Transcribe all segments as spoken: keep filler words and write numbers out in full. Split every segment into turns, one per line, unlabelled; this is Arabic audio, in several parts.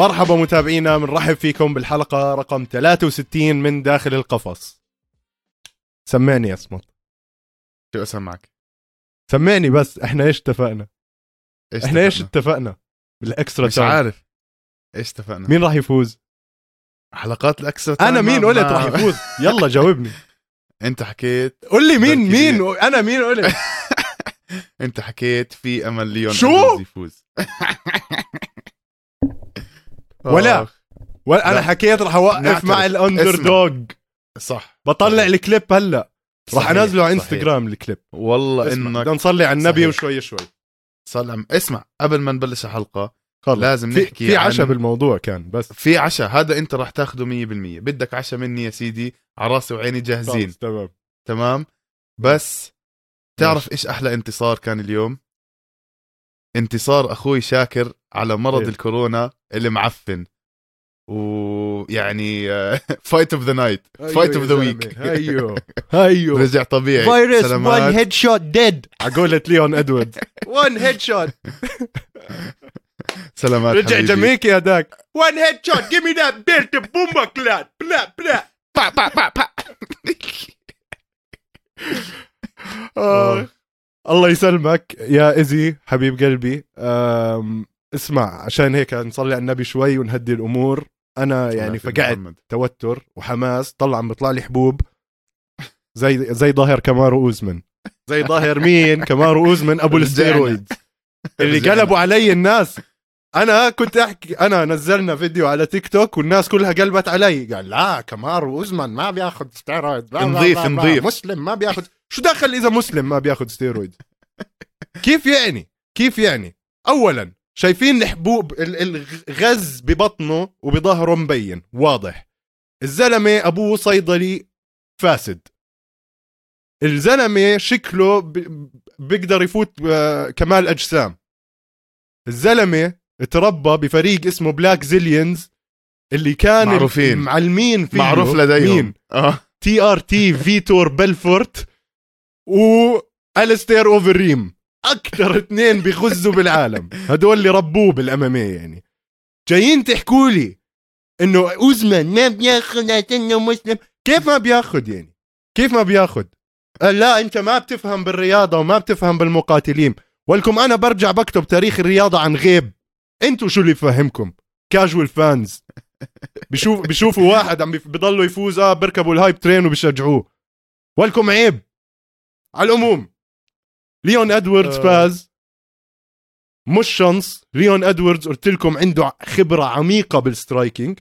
مرحبا متابعينا، بنرحب فيكم بالحلقة رقم ثلاثة وستين من داخل القفص. سمعني يا اسمط.
شو اسمعك؟
سمعني بس. احنا ايش اتفقنا؟
إيش
احنا ايش اتفقنا بالاكسترا
مش
تايم؟
عارف ايش اتفقنا.
مين راح يفوز؟
حلقات الاكسترا تايم.
انا مين قلت راح يفوز؟ يلا جاوبني.
انت حكيت.
قل لي مين مين و... انا مين قلت؟
انت حكيت في امل ليون
شو
يفوز.
ولا ولا انا حكيت راح اوقف مع الاندر دوغ.
صح.
بطلع
صحيح.
الكليب هلا راح انزله على
صحيح.
انستغرام الكليب.
والله انك
بدنا نصلي على النبي.
صحيح.
وشوي شوي
صلى. اسمع قبل ما نبلش الحلقه
خلص.
لازم
في
نحكي
في
عن...
عشاء بالموضوع كان بس
في عشاء. هذا انت راح تاخده مية بالمية. بدك عشاء مني يا سيدي، على راسي وعيني جاهزين.
تمام
تمام. بس تعرف
ماشي.
ايش احلى انتصار كان اليوم؟ انتصار اخوي شاكر على مرض
إيه؟
الكورونا اللي معفن. ويعني فايت اوف ذا نايت، فايت اوف ذا ويك.
هيو هيو
رجع طبيعي.
فيروس وان
سلامات.
هيد شوت ديد عقولة ليون ادواردز. وان هيد شوت.
سلامات
رجع
حبيبي.
جامايكي هداك. وان هيد شوت جيف مي ذات بيلت بومبا كلات بلا بلا
با با با با.
آه. الله يسلمك يا إزي حبيب قلبي. أم... اسمع، عشان هيك نصلي على النبي شوي ونهدي الأمور. أنا يعني فقعت توتر وحماس. طلع عم بيطلع لي حبوب زي زي ظاهر كامارو أوزمن. زي ظاهر مين؟ كامارو أوزمن أبو الستيرويد اللي قلبوا علي الناس. أنا كنت أحكي، أنا نزلنا فيديو على تيك توك والناس كلها قلبت علي. قال لا كامارو أوزمن ما بياخد ستيرويد.
نضيف نضيف.
مسلم ما بياخد. شو دخل إذا مسلم ما بياخد ستيرويد؟ كيف يعني؟ كيف يعني؟ أولا شايفين الحبوب، الغز ببطنه وبظهره مبين واضح. الزلمة أبوه صيدلي فاسد. الزلمة شكله بيقدر يفوت كمال أجسام. الزلمة تربى بفريق اسمه بلاك زيليونز اللي كان
معروفين
معلمين فيه.
معروف لديهم
آه. تي ار تي فيتور بلفورت وألستير أوفريم. أكتر اثنين بيغزوا بالعالم. هدول اللي ربوه بالأمامية. يعني جايين تحكولي إنه أوزمان ما بياخد عشانه مسلم. كيف ما بياخد يعني؟ كيف ما بياخد؟ لا أنت ما بتفهم بالرياضة وما بتفهم بالمقاتلين. ولكم أنا برجع بكتب تاريخ الرياضة عن غيب. أنتوا شو اللي يفهمكم؟ كاجوال فانز بيشوف بيشوفوا واحد عم بيضلوا يفوز آه بركبوا الهايب ترين وبيشجعوه. ولكم عيب. على العموم ليون ادواردز فاز. مش شانس. ليون ادواردز قلت لكم عنده خبرة عميقة بالسترايكينج.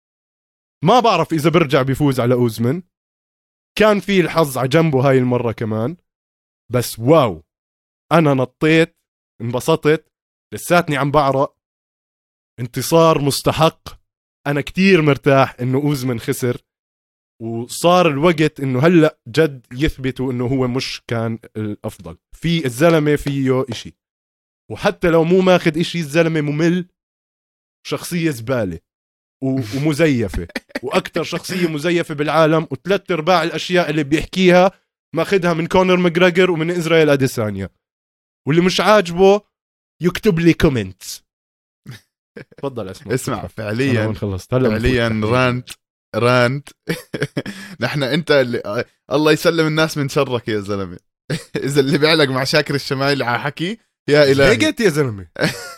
ما بعرف اذا برجع بيفوز على اوزمن. كان في الحظ على جنبه هاي المرة كمان. بس واو، انا نطيت انبسطت لساتني عم بعرق. انتصار مستحق. انا كتير مرتاح انه اوزمن خسر. وصار الوقت انه هلأ جد يثبتوا انه هو مش كان الافضل. في الزلمة فيه اشي، وحتى لو مو ماخد اشي الزلمة ممل. شخصية زبالة ومزيفة. واكتر شخصية مزيفة بالعالم. وثلاث ارباع الاشياء اللي بيحكيها ماخدها من كونر ماجراجر ومن إسرائيل أديسانيا. واللي مش عاجبه يكتب لي كومنتس. تفضل اسمع.
اسمع فعليا
فعليا
رانت رانت. نحن انت اللي الله يسلم الناس من شرك يا زلمه. اذا اللي بيعلق مع شاكر الشمايل على حكي يا الهي.
هيك يا زلمه.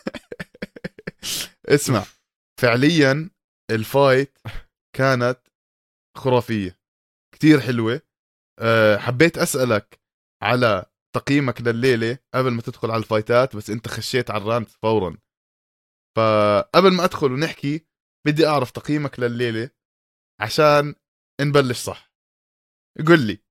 اسمع فعليا الفايت كانت خرافيه كتير حلوه. أه حبيت اسالك على تقييمك لليله قبل ما تدخل على الفايتات، بس انت خشيت على الرانت فورا. فقبل ما ادخل ونحكي بدي اعرف تقييمك لليله عشان نبلش صح. قل لي.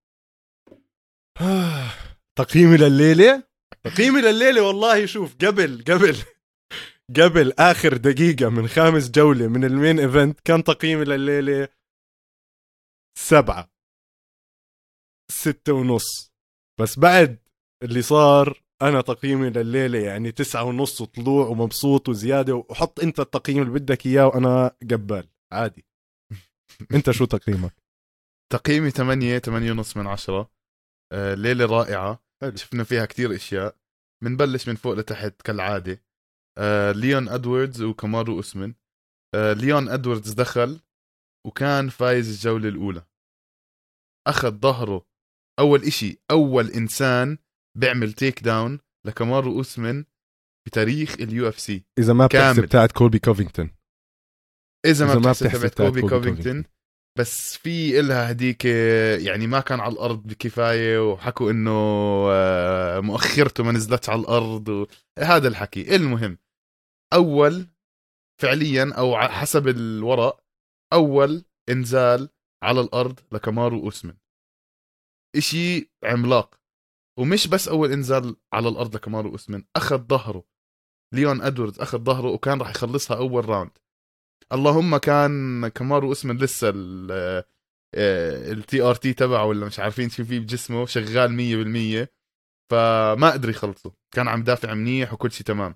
تقييمي لليلة. تقييمي لليلة والله شوف، قبل قبل قبل آخر دقيقة من خامس جولة من المين ايفنت كان تقييمي لليلة سبعة ستة ونص. بس بعد اللي صار أنا تقييمي لليلة يعني تسعة ونص وطلوع ومبسوط وزيادة. وحط أنت التقييم اللي بدك إياه وأنا قبال عادي. أنت شو تقييمك؟
تقييمي ثمانية ثمانية ونص من عشرة. آه ليلة رائعة. هل. شفنا فيها كتير إشياء. منبلش من فوق لتحت كالعادة. آه ليون أدواردز وكامارو أوزمن. آه ليون ادواردز دخل وكان فايز الجولة الأولى، أخذ ظهره. أول إشي أول إنسان بيعمل تيك داون لكامارو أوسمان بتاريخ اليو اف سي
إذا ما بتحسب
كامل.
بتاعت كولبي كوفينغتون،
إذا ما
إذا ما
بتحسب
بتحسب
تبعت
بتاعت
كوبي
كوبي
كوفينغتون،
كوفينغتون.
بس في إلها هديك يعني ما كان على الأرض بكفاية، وحكوا إنه آه، مؤخرته ما نزلتش على الأرض وهذا الحكي. المهم أول فعليا أو ع- حسب الورق أول إنزال على الأرض لكامارو أوسمان، إشي عملاق. ومش بس أول إنزال على الأرض لكامارو أوسمان، أخذ ظهره ليون أدواردز، أخذ ظهره وكان راح يخلصها أول راوند. اللهم كان كامارو أوسمان لسه التي ار تي تبعه ولا مش عارفين شو فيه بجسمه شغال مية بالمية، فما قدر يخلصه، كان عم دافع منيح وكل شيء تمام.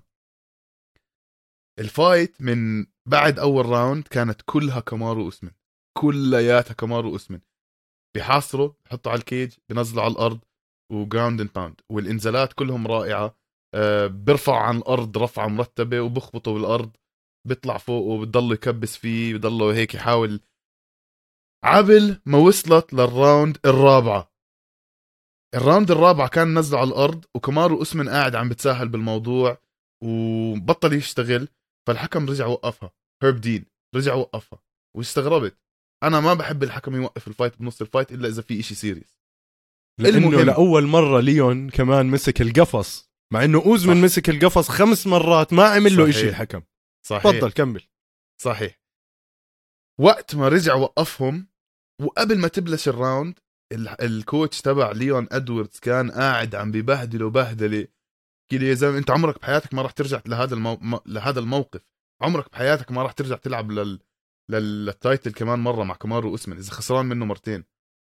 الفايت من بعد أول راوند كانت كلها كامارو أوسمان، كلياتها كامارو أوسمان. بيحاصره، بحطه على الكيج، بنزله على الأرض وجراوند اند باوند، والإنزالات كلهم رائعة. أه بيرفع عن الأرض رفعة مرتبة وبخبطه بالأرض، بيطلع فوق وبضل يكبس فيه، بضله هيك يحاول. عبل ما وصلت للراوند الرابعة، الراوند الرابعة كان نزله على الأرض وكامارو أوسمان قاعد عم بتساهل بالموضوع وبطل يشتغل، فالحكم رجع وقفها. هيرب دين رجع وقفها واستغربت. أنا ما بحب الحكم يوقف الفايت بنص الفايت إلا إذا في إشي سيريس،
لأنه
المهم.
لأول مرة ليون كمان مسك القفص، مع إنه أوزمان
صح.
مسك القفص خمس مرات ما عمل له إشي الحكم.
صحيح.
تفضل كمل.
صحيح. وقت ما رجع وقفهم وقبل ما تبلش الراوند، الكوتش تبع ليون أدواردز كان قاعد عم ببهدله بهدله. كده يا زلمه انت عمرك بحياتك ما راح ترجع لهذا المو... م... لهذا الموقف، عمرك بحياتك ما راح ترجع تلعب لل... للتايتل كمان مره مع كامارو أوسمان اذا خسران منه مرتين.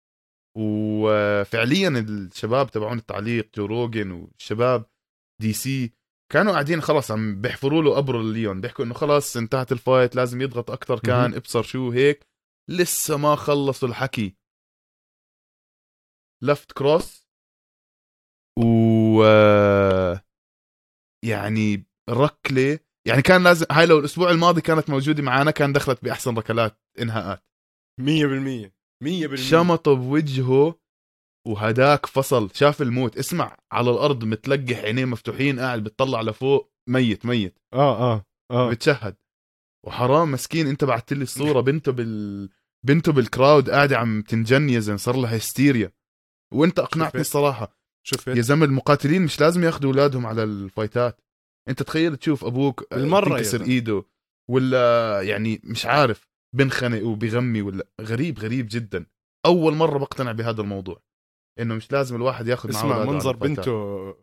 وفعليا الشباب تبعون التعليق، جو روجن والشباب دي سي، كانوا قاعدين خلاص عم بيحفروا له قبره لليون، بيحكوا انه خلاص انتهت الفايت، لازم يضغط اكتر، كان ابصر شو هيك. لسه ما خلصوا الحكي، لفت كروس و يعني ركله. يعني كان لازم هاي لو الاسبوع الماضي كانت موجوده معانا كان دخلت باحسن ركلات انهاءات.
مية بالمية مية بالمية.
شمطه بوجهه وهداك فصل، شاف الموت. اسمع على الارض متلقح، عينيه مفتوحين، قاعد بتطلع لفوق، ميت ميت
اه اه اه
بتشهد. وحرام مسكين، انت بعثت لي الصوره بنته بال بنته بالكراود قاعده عم تنجن يا زلمه، صار لها هستيريا. وانت اقنعتني الصراحه.
شفت
يا زلمه المقاتلين مش لازم ياخذوا اولادهم على الفايتات. انت تخيل تشوف ابوك
بالمرة
تنكسر ايده، ولا يعني مش عارف بنخنق وبيغمي، ولا غريب غريب جدا. اول مره بقتنع بهذا الموضوع، انه مش لازم الواحد ياخذ معه
اسمع،
اولاده
منظر
على الفايتات.
بنته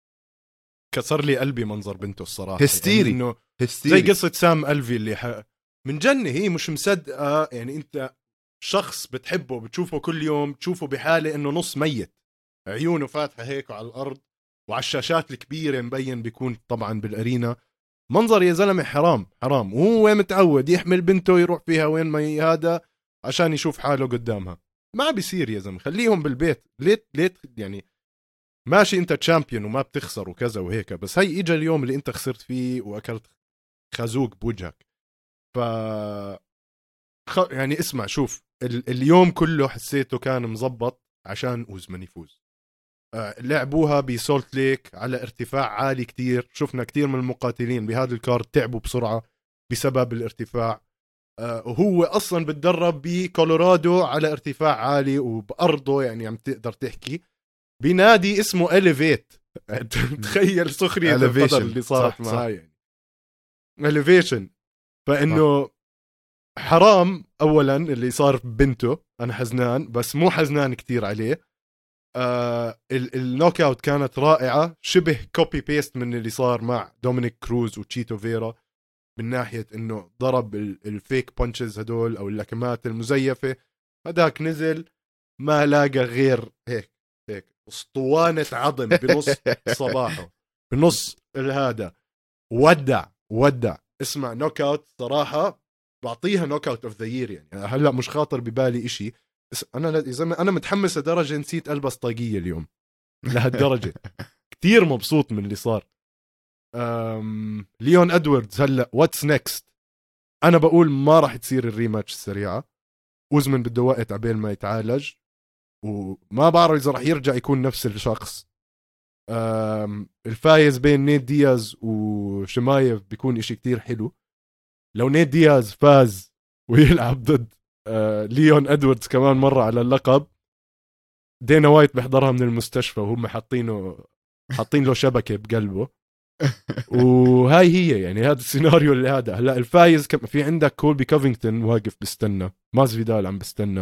كسر لي قلبي، منظر بنته الصراحة
هستيري
يعني، انه
هستيري.
زي قصة سام ألفي اللي ح... من جنة، هي مش مصدقة. يعني انت شخص بتحبه، بتشوفه كل يوم، تشوفه بحالة انه نص ميت، عيونه فاتحة هيك على الارض، وعلى الشاشات الكبيرة مبين بيكون طبعا بالارينا. منظر يا زلمة حرام حرام. وهو متعود يحمل بنته يروح فيها وين ما هذا عشان يشوف حاله قدامها. ما بيصير يا زلمة، خليهم بالبيت. ليه ليه يعني ماشي انت تشامبيون وما بتخسر وكذا وهيك، بس هي اجى اليوم اللي انت خسرت فيه واكلت خازوق بوجهك. ف خ... يعني اسمع، شوف ال... اليوم كله حسيته كان مزبط عشان اوزمان يفوز. آه لعبوها بسولت ليك على ارتفاع عالي كتير، شفنا كتير من المقاتلين بهذا الكارد تعبوا بسرعة بسبب الارتفاع. آه وهو اصلا بتدرب بكولورادو على ارتفاع عالي وبأرضه، يعني عم تقدر تحكي بنادي اسمه إليفيت. تخيل سخرية القدر اللي صارت معاه يعني. إليفيشن. فإنه حرام أولا اللي صار ببنته، أنا حزنان بس مو حزنان كتير عليه. آه النوك اوت كانت رائعة، شبه كوبي بيست من اللي صار مع دومينيك كروز وتشيتو فيرا، من ناحية إنه ضرب الفيك بانشز هدول أو اللكمات المزيفة. هداك نزل ما لاقى غير هيك هيك اسطوانة عظم بنص صباحه، بنص الهذا. ودع ودع. اسمع، نوك اوت صراحة بعطيها نوك اوت اوف ذا يير. يعني هلا مش خاطر ببالي اشي، بس انا يا زلمه انا متحمس لدرجة نسيت البس طاقية اليوم لهالدرجة. كتير مبسوط من اللي صار. أم... ليون ادواردز هلا واتس نيكست؟ انا بقول ما راح تصير الريماتش السريعه. اوزمن بده وقت عبين ما يتعالج، وما بعرف اذا راح يرجع يكون نفس الشخص. الفايز بين نيت دياز وشمايف بيكون اشي كتير حلو. لو نيت دياز فاز ويلعب ضد آه ليون ادواردز كمان مرة على اللقب، دينا وايت بيحضرها من المستشفى وهم حاطينه حاطين له شبكة بقلبه. وهاي هي يعني هذا السيناريو اللي هذا هلا الفايز كم في عندك كولبي كوفينغتون واقف بستنى، ماز فيدال عم بستنى.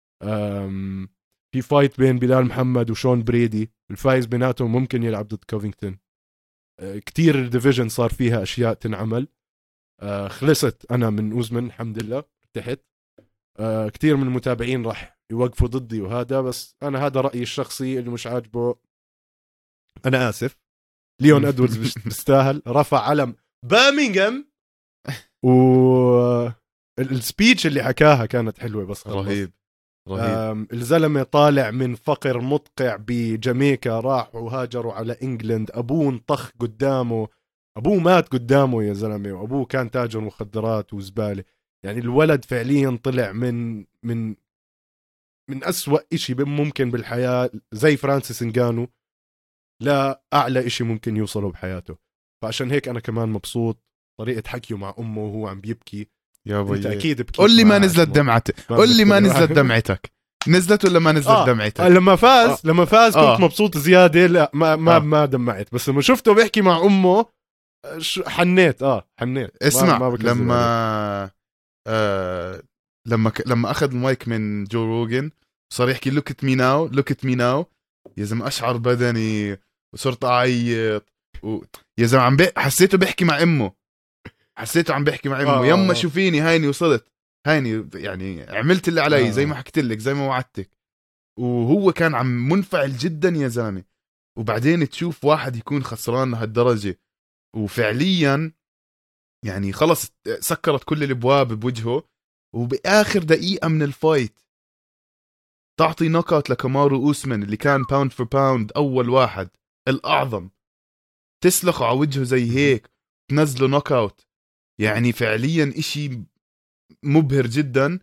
في فايت بين بلال محمد وشون بريدي، الفايز بيناتهم ممكن يلعب ضد كوفينغتون. كتير الديفيجن صار فيها اشياء تنعمل. خلصت انا من اوزمن الحمد لله ارتحت. كتير من المتابعين راح يوقفوا ضدي وهذا، بس انا هذا رأيي الشخصي اللي مش عاجبه انا اسف. ليون ادواردز بيستاهل، رفع علم برمنغهام و السبيتش اللي حكاها كانت حلوه بس
رهيب رهيب.
الزلمه طالع من فقر مدقع بجامايكا، راح وهاجروا على انجلند، ابوه انطخ قدامه، ابوه مات قدامه يا زلمه، وابوه كان تاجر مخدرات وزباله. يعني الولد فعليا طلع من من من أسوأ إشي ممكن بالحياه، زي فرانسيس انغانو، لا أعلى إشي ممكن يوصله بحياته. فعشان هيك أنا كمان مبسوط طريقة حكيه مع أمه وهو عم بيبكي.
يا
أنت
بي
أكيد بكيت.
قول لي ما نزلت دمعتك، قول لي ما نزلت دمعتك، نزلت ولا ما نزلت
آه.
دمعتك؟
لما فاز آه. لما فاز كنت
آه.
مبسوط زيادة، لا ما ما
آه.
ما دمعت، بس لما شفته بيحكي مع أمه حنيت اه حنيت.
اسمع
ما ما
لما آه لما ك... لما أخذ المايك من جو روجن صار يحكي look at me now look at me now، يا زلمة أشعر بدني وصرت أعيط و... يا زلمة عم بي... حسيته بيحكي مع أمه، حسيته عم بيحكي مع أمه
آه
يما
آه.
شوفيني هايني وصلت، هايني يعني عملت اللي علي،
آه.
زي ما حكيت لك زي ما وعدتك. وهو كان عم منفعل جدا يا زلمة. وبعدين تشوف واحد يكون خسران لهالدرجة وفعليا يعني خلص سكرت كل الابواب بوجهه، وبآخر دقيقة من الفايت تعطي نوك اوت لكامارو اوسمان اللي كان باوند فور باوند اول واحد الاعظم، تسلخه على وجهه زي هيك تنزله نوك اوت. يعني فعليا اشي مبهر جدا.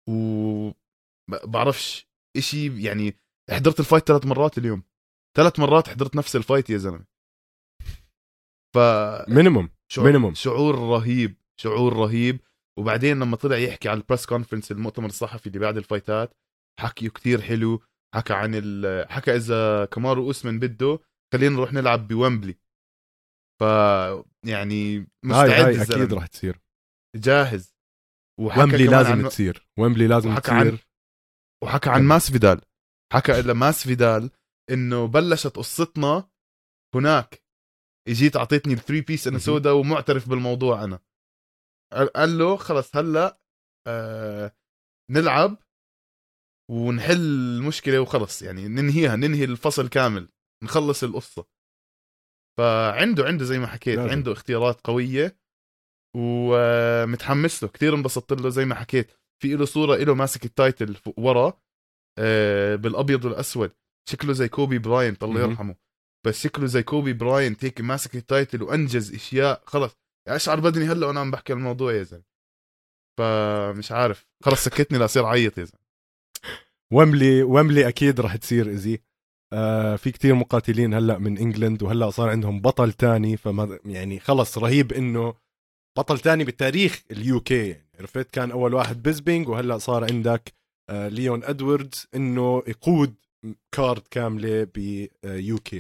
وبعرفش اشي يعني حضرت الفايت ثلاث مرات اليوم، ثلاث مرات حضرت نفس الفايت يا زلمه. ف
مينيموم
شعور
مينيموم
شعور رهيب شعور رهيب. وبعدين لما طلع يحكي على البريس كونفرنس المؤتمر الصحفي اللي بعد الفايتات حكيه كتير حلو، حكى عن ال... حكى اذا كامارو اوسمان بده خلينا نروح نلعب بويمبلي. ف يعني مستعد
هاي هاي اكيد راح تصير
جاهز.
ويمبلي لازم عن... تصير ويمبلي لازم
وحكى
تصير
عن... وحكى عن ماس فيدال، حكى إلا ماس فيدال انه بلشت قصتنا هناك، اجيت اعطيتني الثري بيس انا سودا ومعترف بالموضوع. انا قال له خلص هلا آه نلعب ونحل المشكله وخلص، يعني ننهيها ننهي الفصل كامل نخلص القصه. فعنده عنده زي ما حكيت لازم. عنده اختيارات قويه ومتحمس له كثير، انبسطت له زي ما حكيت. في له صوره له ماسك التايتل ورا آه بالابيض والاسود، شكله زي كوبي براينت الله يرحمه، بس شكله زي كوبي براينت هيك ماسك التايتل وانجز اشياء. خلص اشعر بدني هلا وانا عم بحكي عن الموضوع يا زلمه. فمش عارف خلص سكتني لاصير عيط يا زلمه.
ويمبلي ويمبلي اكيد راح تصير ازي. آه في كتير مقاتلين هلا من انجلند، وهلا صار عندهم بطل تاني، فما يعني خلص رهيب انه بطل تاني بالتاريخ اليو كي. يعني عرفت كان اول واحد بيزبينج، وهلا صار عندك آه ليون ادواردز انه يقود كارد كامله بيو كي.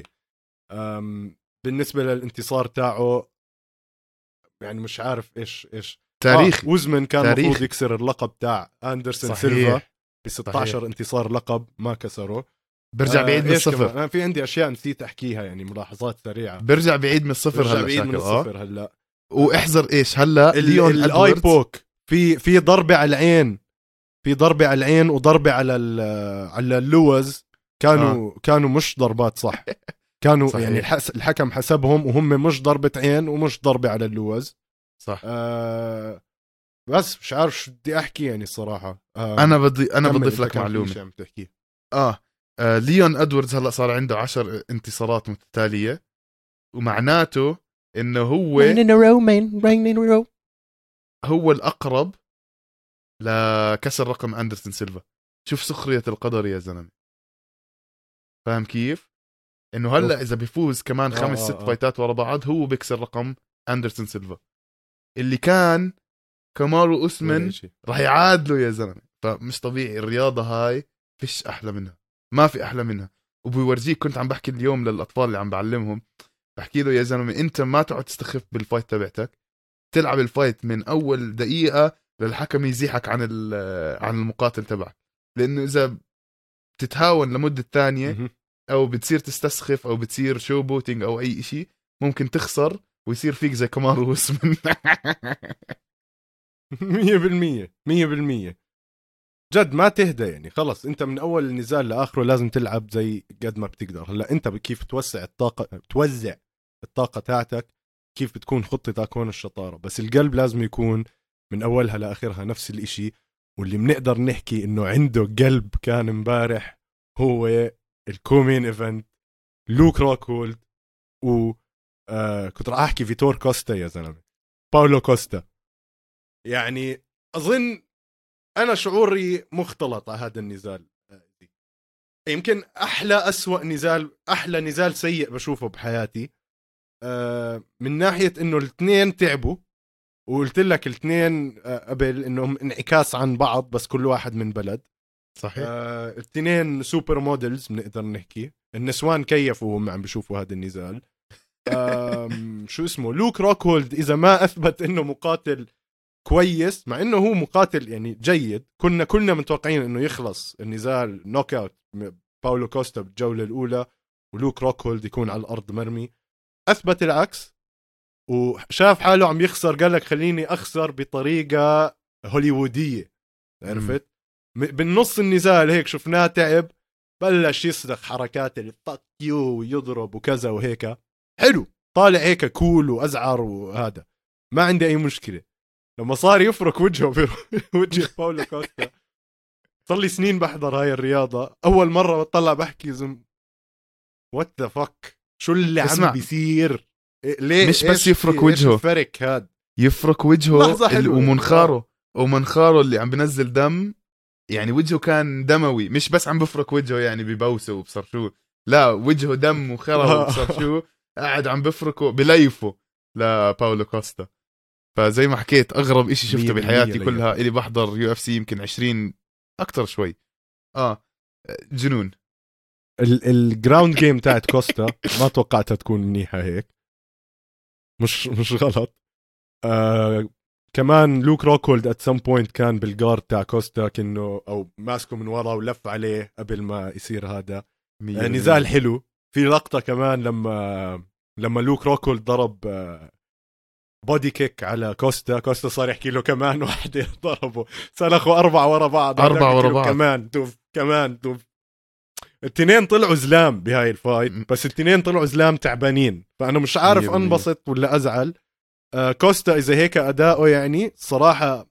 بالنسبه للانتصار تاعه يعني مش عارف ايش ايش
تاريخ
آه وزمن كان المفروض يكسر اللقب تاع اندرسون سيلفا ب ستة عشر انتصار لقب ما كسره.
برجع
آه
بعيد من الصفر.
انا في عندي اشياء نسيت احكيها يعني ملاحظات سريعه.
برجع بعيد من الصفر
برجع
هلا
بعيد
شاكر.
من الصفر هلا.
واحذر ايش هلا ليون
الاي بوك في في ضربه على العين، في ضربه على العين وضربه على على اللوز كانوا آه. كانوا مش ضربات صح كانوا صحيح. يعني الحكم حسبهم وهم مش ضربه عين ومش ضربه على اللوز
صح.
آه بس مش عارف شو بدي احكي يعني الصراحه. آه
انا بدي انا بضيف لك معلومه. آه. اه ليون ادواردز هلا صار عنده عشر انتصارات متتاليه، ومعناته انه هو هو الاقرب لكسر رقم اندرسون سيلفا. شوف سخرية القدر يا زلمه، فاهم كيف؟ انه هلا اذا بيفوز كمان
آه
خمس
آه
ست
آه.
فايتات ورا بعض هو بيكسر رقم اندرسون سيلفا اللي كان كامارو
ولا
اوسمان
شيء.
راح يعادله يا زلمه. فمش طبيعي الرياضه هاي، فيش احلى منها، ما في احلى منها. وبيورجيك، كنت عم بحكي اليوم للاطفال اللي عم بعلمهم، بحكي له يا زلمه انت ما تقعد تستخف بالفايت تبعتك، تلعب الفايت من اول دقيقه للحكم يزيحك عن عن المقاتل تبعك. لانه اذا بتتهاون لمده ثانيه
مهم.
او بتصير تستسخف او بتصير شو بوتينج او اي شيء، ممكن تخسر ويصير فيك زي كمارو اوسمان.
مية بالمية مية بالمية جد ما تهدى يعني. خلص انت من اول النزال لاخره لازم تلعب زي قد ما بتقدر. هلا انت كيف توسع الطاقه، توزع الطاقه تاعتك، كيف بتكون خطتك، هون الشطاره. بس القلب لازم يكون من اولها لاخرها نفس الاشي. واللي بنقدر نحكي انه عنده قلب كان امبارح هو الكومين ايفنت، لوك روكولد و آه كنت راح احكي فيتور كوستا يا زلمه، باولو كوستا. يعني اظن انا شعوري مختلط على هذا النزال. يمكن احلى أسوأ نزال، احلى نزال سيء بشوفه بحياتي. آه من ناحيه انه الاثنين تعبوا، وقلت لك الاثنين آه قبل انهم انعكاس عن بعض بس كل واحد من بلد.
صحيح.
آه الاثنين سوبر موديلز بنقدر نحكي. النسوان كيفوا وهم عم بيشوفوا هذا النزال. شو اسمه لوك روكهولد اذا ما اثبت انه مقاتل كويس، مع انه هو مقاتل يعني جيد، كنا كلنا متوقعين انه يخلص النزال نوك اوت باولو كوستا بالجوله الاولى ولوك روكهولد يكون على الارض مرمي. اثبت العكس وشاف حاله عم يخسر، قال لك خليني اخسر بطريقه هوليووديه، عرفت؟ بالنص النزال هيك شفناه تعب، بلش يصرخ حركات الفك يو ويضرب وكذا وهيك. حلو، طالع هيك كول وازعر وهذا، ما عندي اي مشكله. لما صار يفرك وجهه في وجه باولو كوستا، صار لي سنين بحضر هاي الرياضه، اول مره بطلع بحكي زم وات ذا فك، شو اللي عم بيصير؟ إيه ليه؟
مش بس يفرك
وجهه،
وجهه،
الفرق هاد
يفرك وجهه ال... ومنخاره
آه.
ومنخاره اللي عم بنزل دم. يعني وجهه كان دموي، مش بس عم بفرك وجهه يعني ببوسه وبصر شو، لا وجهه دم وخرا وبصر شو، قاعد عم بفركه بليفه لباولو كوستا. فزي ما حكيت اغرب اشي شفته بحياتي كلها، اللي بحضر يو اف سي يمكن عشرين اكتر شوي. اه جنون.
الجراوند جيم تاعت كوستا ما توقعتها تكون منيحه هيك، مش مش غلط. آه كمان لوك روكولد ات سم بوينت كان بالجارد تاع كوستا كأنه او ماسكه من ورا ولف عليه قبل ما يصير هذا. آه نزال حلو. في لقطه كمان لما لما لوك روكولد ضرب آه بودي كيك على كوستا، كوستا صار يحكي له كمان واحده، ضربه سلخوا اربعه ورا بعض،
اربعه ورا بعض
كمان دوف كمان دوف. التنين طلعوا زلام بهاي الفايت، بس التنين طلعوا زلام تعبانين، فانا مش عارف انبسط ولا ازعل. آه كوستا اذا هيك اداؤه يعني صراحه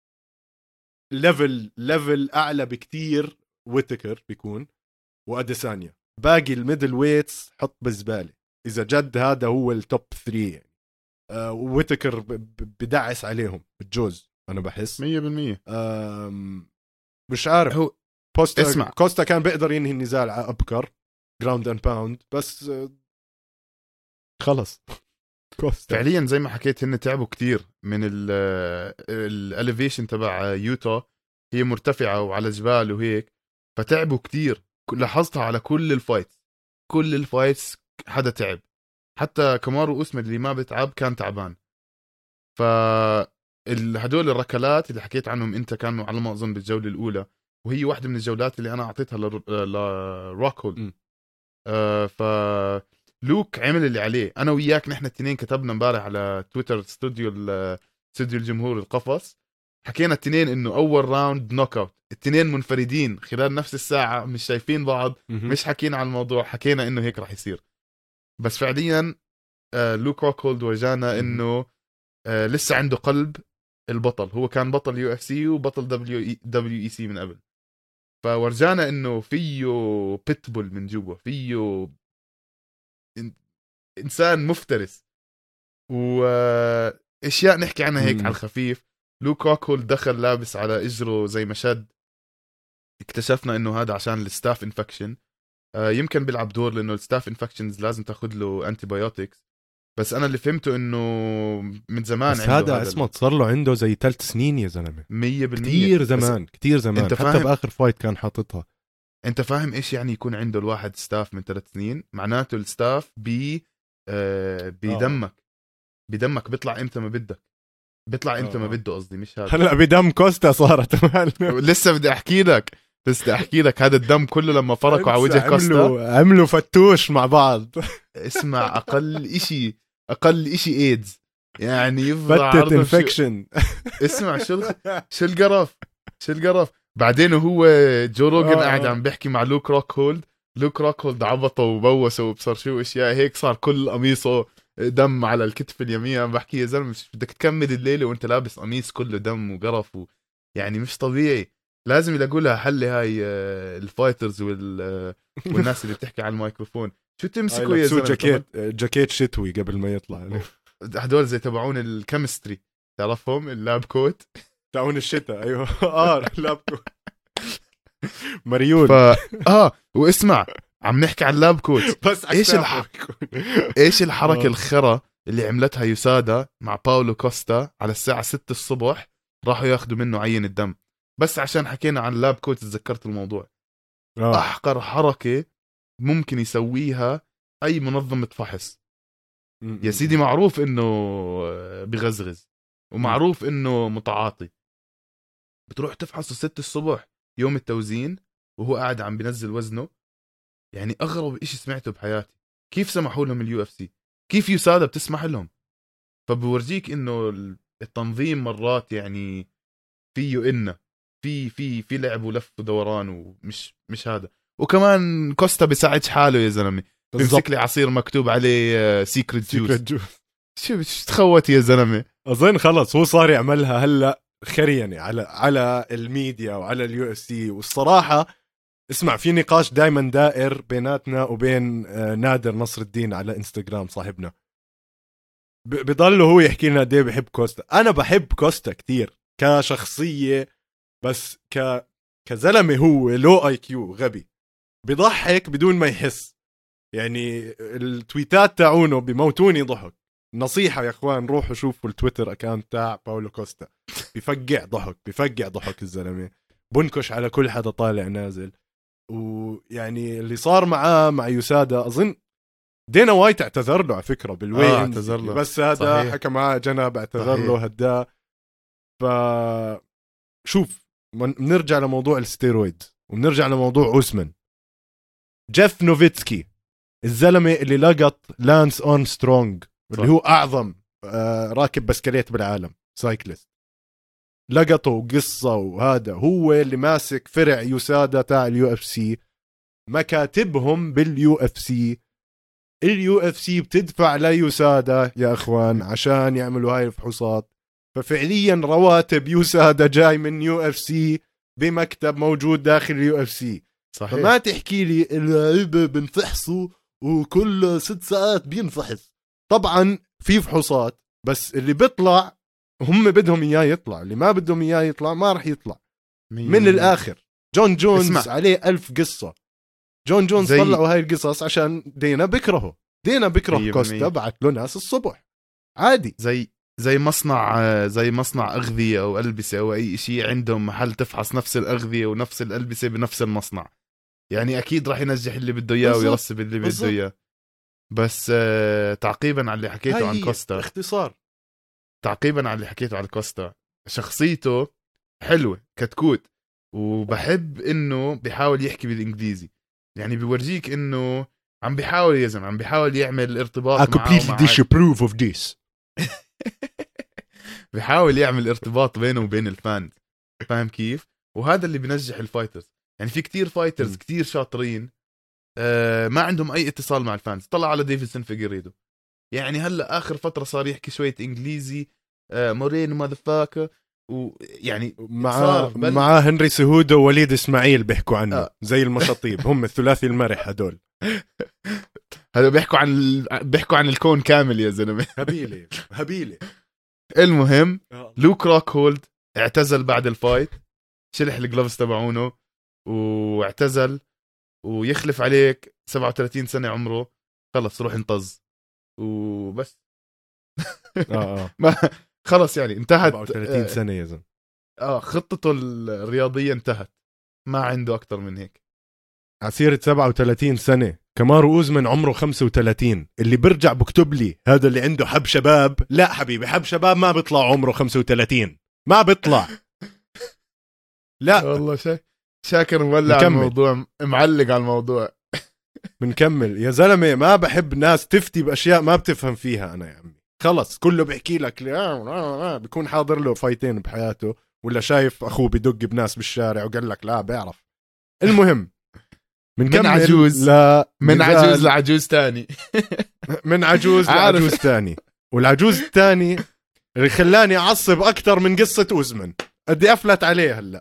ليفل ليفل اعلى بكتير ويتكر بيكون واديسانيا. باقي الميدل ويتس حط بالزباله اذا جد هذا هو التوب ثلاثة يعني. آه ويتكر بدعس عليهم بالجوز انا بحس
مية بالمية.
مش عارف
هو
بوستا
اسمع،
كوستا كان بيقدر ينهي النزال على ابكر جراوند اند باوند، بس آه خلص كوستا
فعليا زي ما حكيت هن تعبوا كتير من الاليفيشن تبع يوتا، هي مرتفعة وعلى جبال وهيك، فتعبوا كتير. لاحظتها على كل الفايت، كل الفايتس حدا تعب، حتى كمارو أسمد اللي ما بتعب كان تعبان. ف هدول الركلات اللي حكيت عنهم انت كانوا على ما اظن بالجولة الاولى، وهي واحدة من الجولات اللي انا اعطيتها لروكهولد. آه ف لوك عمل اللي عليه. انا وياك نحن الاثنين كتبنا امبارح على تويتر استوديو استوديو الجمهور القفص، حكينا الاثنين انه اول راوند نوك اوت، الاثنين منفردين خلال نفس الساعه، مش شايفين بعض، مش حكينا عن الموضوع، حكينا انه هيك راح يصير. بس فعليا آه لوك روكهولد ورجانا انه آه لسه عنده قلب البطل. هو كان بطل يو اف سي وبطل دبليو دبليو اي سي من قبل، فورجانا انه فيه بيتبول من جوا، فيه انسان مفترس واشياء نحكي عنها هيك على الخفيف. لوك روكهولد دخل لابس على اجره زي ما شد، اكتشفنا انه هذا عشان الستاف انفكشن. آه يمكن بيلعب دور لانه الستاف انفكشنز لازم تاخذ له انتي بايوتكس، بس انا اللي فهمته انه من زمان
بس
عنده
هذا اسمه صار له عنده زي ثلاث سنين يا زلمه،
مية بالمية
كتير زمان كتير زمان،
انت
حتى
فاهم؟
باخر فايت كان حاططها.
انت فاهم ايش يعني يكون عنده الواحد ستاف من ثلاث سنين؟ معناته الستاف بي آه بدمك بدمك بيطلع امتى ما بدك، بيطلع امتى ما بده، قصدي مش هذا.
هلا بدم كوستا صارت
لسه بدي احكي لك لسه بدي احكي لك هذا الدم كله لما فرقوا على وجه كوستا
عملوا عملوا فتوش مع بعض.
اسمع، اقل اشي اقل اشي ايدز يعني يفضل
فتت
عرضه شو...
انفكشن.
اسمع شو الخ... شو القرف شو القرف. بعدين هو جو روجن قاعد عم بيحكي مع لوك روكهولد، لوك روكهولد عبطه وبوسه وبصر شو اشياء هيك، صار كل قميصه دم على الكتف اليمين. عم بحكي يا زلمه مش بدك تكمل الليله وانت لابس قميص كله دم وقرف و... يعني مش طبيعي. لازم يلاقوا لها حل هاي الفايترز وال... والناس اللي بتحكي على الميكروفون. شو تمسكوا يا زلمه؟
جاكيت جاكيت شتوي قبل ما يطلع.
هدول زي تبعون الكيمستري، تعرفهم اللاب كوت
تاعون الشتاء. ايوه اه لاب كوت مريول.
ف... اه واسمع، عم نحكي عن اللاب كوت.
بس
ايش الح... ايش الحركه الخرا اللي عملتها يوسادا مع باولو كوستا على الساعه ستة الصبح؟ راحوا ياخذوا منه عين الدم بس عشان حكينا عن اللاب كوت تذكرت الموضوع.
آه.
احقر حركه ممكن يسويها اي منظمه فحص يا سيدي. معروف انه بغزغز ومعروف انه متعاطي، بتروح تفحصه ستة الصبح يوم التوزين وهو قاعد عم بنزل وزنه. يعني اغرب اشي سمعته بحياتي. كيف سمحوا لهم اليو اف سي؟ كيف يوسادا بتسمح لهم؟ فبورجيك انه التنظيم مرات يعني فيه إنه في في في لعب ولف ودوران ومش مش هذا. وكمان كوستا بيساعدش حاله يا زلمه، بيمسك لي عصير مكتوب عليه سيكريت جوس. شو تخوت يا زلمه؟
اظن خلص هو صار يعملها هلا خريني على على الميديا وعلى اليو اف سي. والصراحه اسمع، في نقاش دائما دائر بيناتنا وبين نادر نصر الدين على انستغرام صاحبنا، بضل هو يحكي لنا قد بحب كوستا. انا بحب كوستا كتير كشخصيه، بس ك كزلمه هو لو اي كيو غبي، بضحك بدون ما يحس. يعني التويتات تاعونه بموتوني ضحك. نصيحة يا اخوان، روحوا شوفوا التويتر اكاونت تاع باولو كوستا، بفقع ضحك بفقع ضحك الزلمة، بنكش على كل حدا طالع نازل. ويعني اللي صار معاه مع يوسادا، اظن دينا وايت اعتذر له على فكرة بالوي
آه اعتذر له،
بس هذا
صحيح.
حكى معاه جناب اعتذر
صحيح.
له هدا. ف شوف بنرجع لموضوع الستيرويد وبنرجع لموضوع اوسمان. جيف نوفيتسكي الزلمة اللي لقط لانس أرمسترونغ اللي هو أعظم آه راكب بسكليت بالعالم، سايكلست، لقطه وقصة. وهذا هو اللي ماسك فرع يوسادا تاع اليو اف سي، مكاتبهم باليو اف سي. اليو اف سي بتدفع ليوسادا يا اخوان عشان يعملوا هاي الفحوصات. ففعليا رواتب يوسادا جاي من يو اف سي بمكتب موجود داخل اليو اف سي.
صحيح.
فما تحكي لي اللعيبة بنفحصوا وكل ست ساعات بينفحص. طبعا في فحوصات، بس اللي بيطلع هم بدهم اياه يطلع، اللي ما بدهم اياه يطلع ما رح يطلع. من الاخر جون جونز اسمع. عليه ألف قصة. جون جونز زي... طلعوا هاي القصص عشان دينا بكرهه. دينا بكره كوستا، بعت له ناس الصبح عادي.
زي زي مصنع زي مصنع أغذية أو ألبسة أو أي شيء، عندهم محل تفحص نفس الأغذية ونفس الألبسة بنفس المصنع. يعني أكيد راح ينجح اللي بده إياه ويرسب اللي بده إياه. بس آه تعقيبا على اللي حكيته عن كوستا،
اختصار
تعقيبا على اللي حكيته على كوستا، شخصيته حلوة كتكوت، وبحب إنه بيحاول يحكي بالإنجليزي. يعني بيورجيك إنه عم بيحاول يا زلمة، عم بيحاول يعمل ارتباط
I completely disapprove of this.
بيحاول يعمل ارتباط بينه وبين الفانز، فاهم كيف؟ وهذا اللي بنجح الفايترز. يعني في كتير فايترز كتير شاطرين آه ما عندهم اي اتصال مع الفانز. طلع على ديفيدسون فيجيريدو، يعني هلا اخر فتره صار يحكي شويه انجليزي، آه مورين ماذرفاكر، ويعني
مع بل... مع هنري سهودو ووليد اسماعيل بيحكوا عنه آه. زي المشاطيب. هم الثلاثي المرح هدول.
هذا بيحكوا عن بيحكوا عن الكون كامل يا زلمه.
هبيله هبيله.
المهم لوك روكهولد اعتزل بعد الفايت، شلح الجلوفز تبعونه واعتزل، ويخلف عليك سبعة وثلاثين سنة عمره، خلص روح انطز وبس.
اه اه
ما خلص يعني انتهت
سبعة وثلاثين سنة يا زلمة.
اه خطته الرياضية انتهت، ما عنده أكتر من هيك.
عسيرة سبعة وثلاثين سنة. كامارو أوزمان عمره خمسة وثلاثين. اللي برجع بكتب لي هذا اللي عنده حب شباب، لا حبيبي، حب شباب ما بيطلع عمره خمسة وثلاثين، ما بيطلع. لا
والله شا... شاكر مولع على الموضوع، معلق على الموضوع.
بنكمل يا زلمة. ما بحب ناس تفتي بأشياء ما بتفهم فيها. أنا يا عمي خلص كله بيحكي لك بيكون حاضر له فايتين بحياته، ولا شايف أخوه بدق بناس بالشارع وقال لك لا بيعرف. المهم
من عجوز ل... من عجوز لعجوز تاني.
من عجوز لعجوز تاني. والعجوز التاني اللي خلاني أعصب أكتر من قصة أوزمان أدي أفلت عليه هلأ،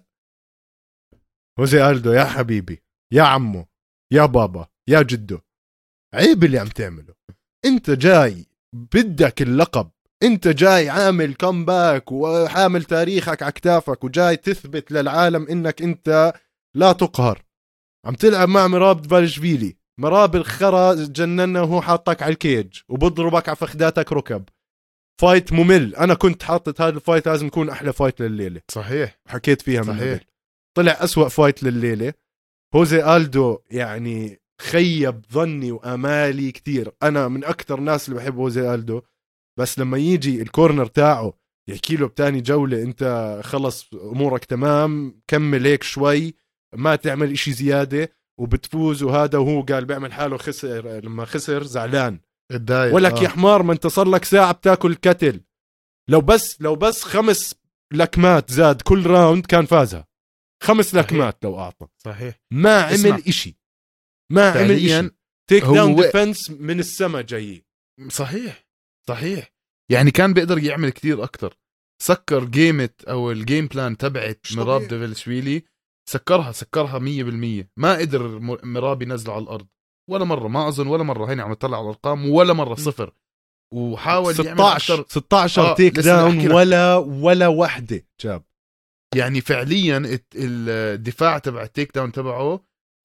هوزي ألدو. يا حبيبي، يا عمو، يا بابا، يا جدو، عيب اللي عم تعمله. انت جاي بدك اللقب، انت جاي عامل كومباك وحامل تاريخك على كتافك، وجاي تثبت للعالم انك انت لا تقهر. عم تلعب مع مراب دفالشفيلي، مراب الخرا جننا وهو حاطك على الكيج وبضربك على فخداتك ركب. فايت ممل. انا كنت حاطط هذا الفايت لازم يكون احلى فايت لليلة.
صحيح،
حكيت فيها من
صحيح.
قبل. طلع أسوأ فايت لليلة. هوزي ألدو يعني خيب ظني وآمالي كتير. أنا من أكتر ناس اللي بحب هوزي ألدو، بس لما يجي الكورنر تاعه يحكي له بتاني جولة أنت خلص أمورك تمام، كمل هيك شوي، ما تعمل إشي زيادة وبتفوز وهذا، وهو قال بيعمل حاله خسر. لما خسر زعلان ولك آه. يا حمار، ما انت صار لك ساعة بتاكل كتل. لو بس لو بس خمس لكمات زاد كل راوند كان فازها. خمس لكمات لو أعطى.
صحيح.
ما عمل إشي، ما عمل إشي. تيك داون ديفنس من السما جاي.
صحيح صحيح. يعني كان بيقدر يعمل كتير أكتر. سكر جيمت أو الجيم بلان تبعت مراب دفالشفيلي، سكرها سكرها مية بالمية. ما قدر مراب ينزله على الأرض ولا مرة، ما أظن ولا مرة. هيني عم تطلع على الأرقام ولا مرة صفر. وحاول يعمل أكتر
ستة عشر آه تيك داون ولا ولا وحدة جاب.
يعني فعليا الدفاع تبع التيك داون تبعه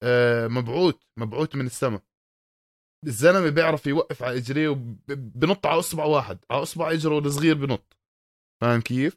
مبعوث مبعوث من السماء. الزلمه بيعرف يوقف على اجريه وبنط على اصبع واحد، على اصبع اجره الصغير بنط. فاهم كيف؟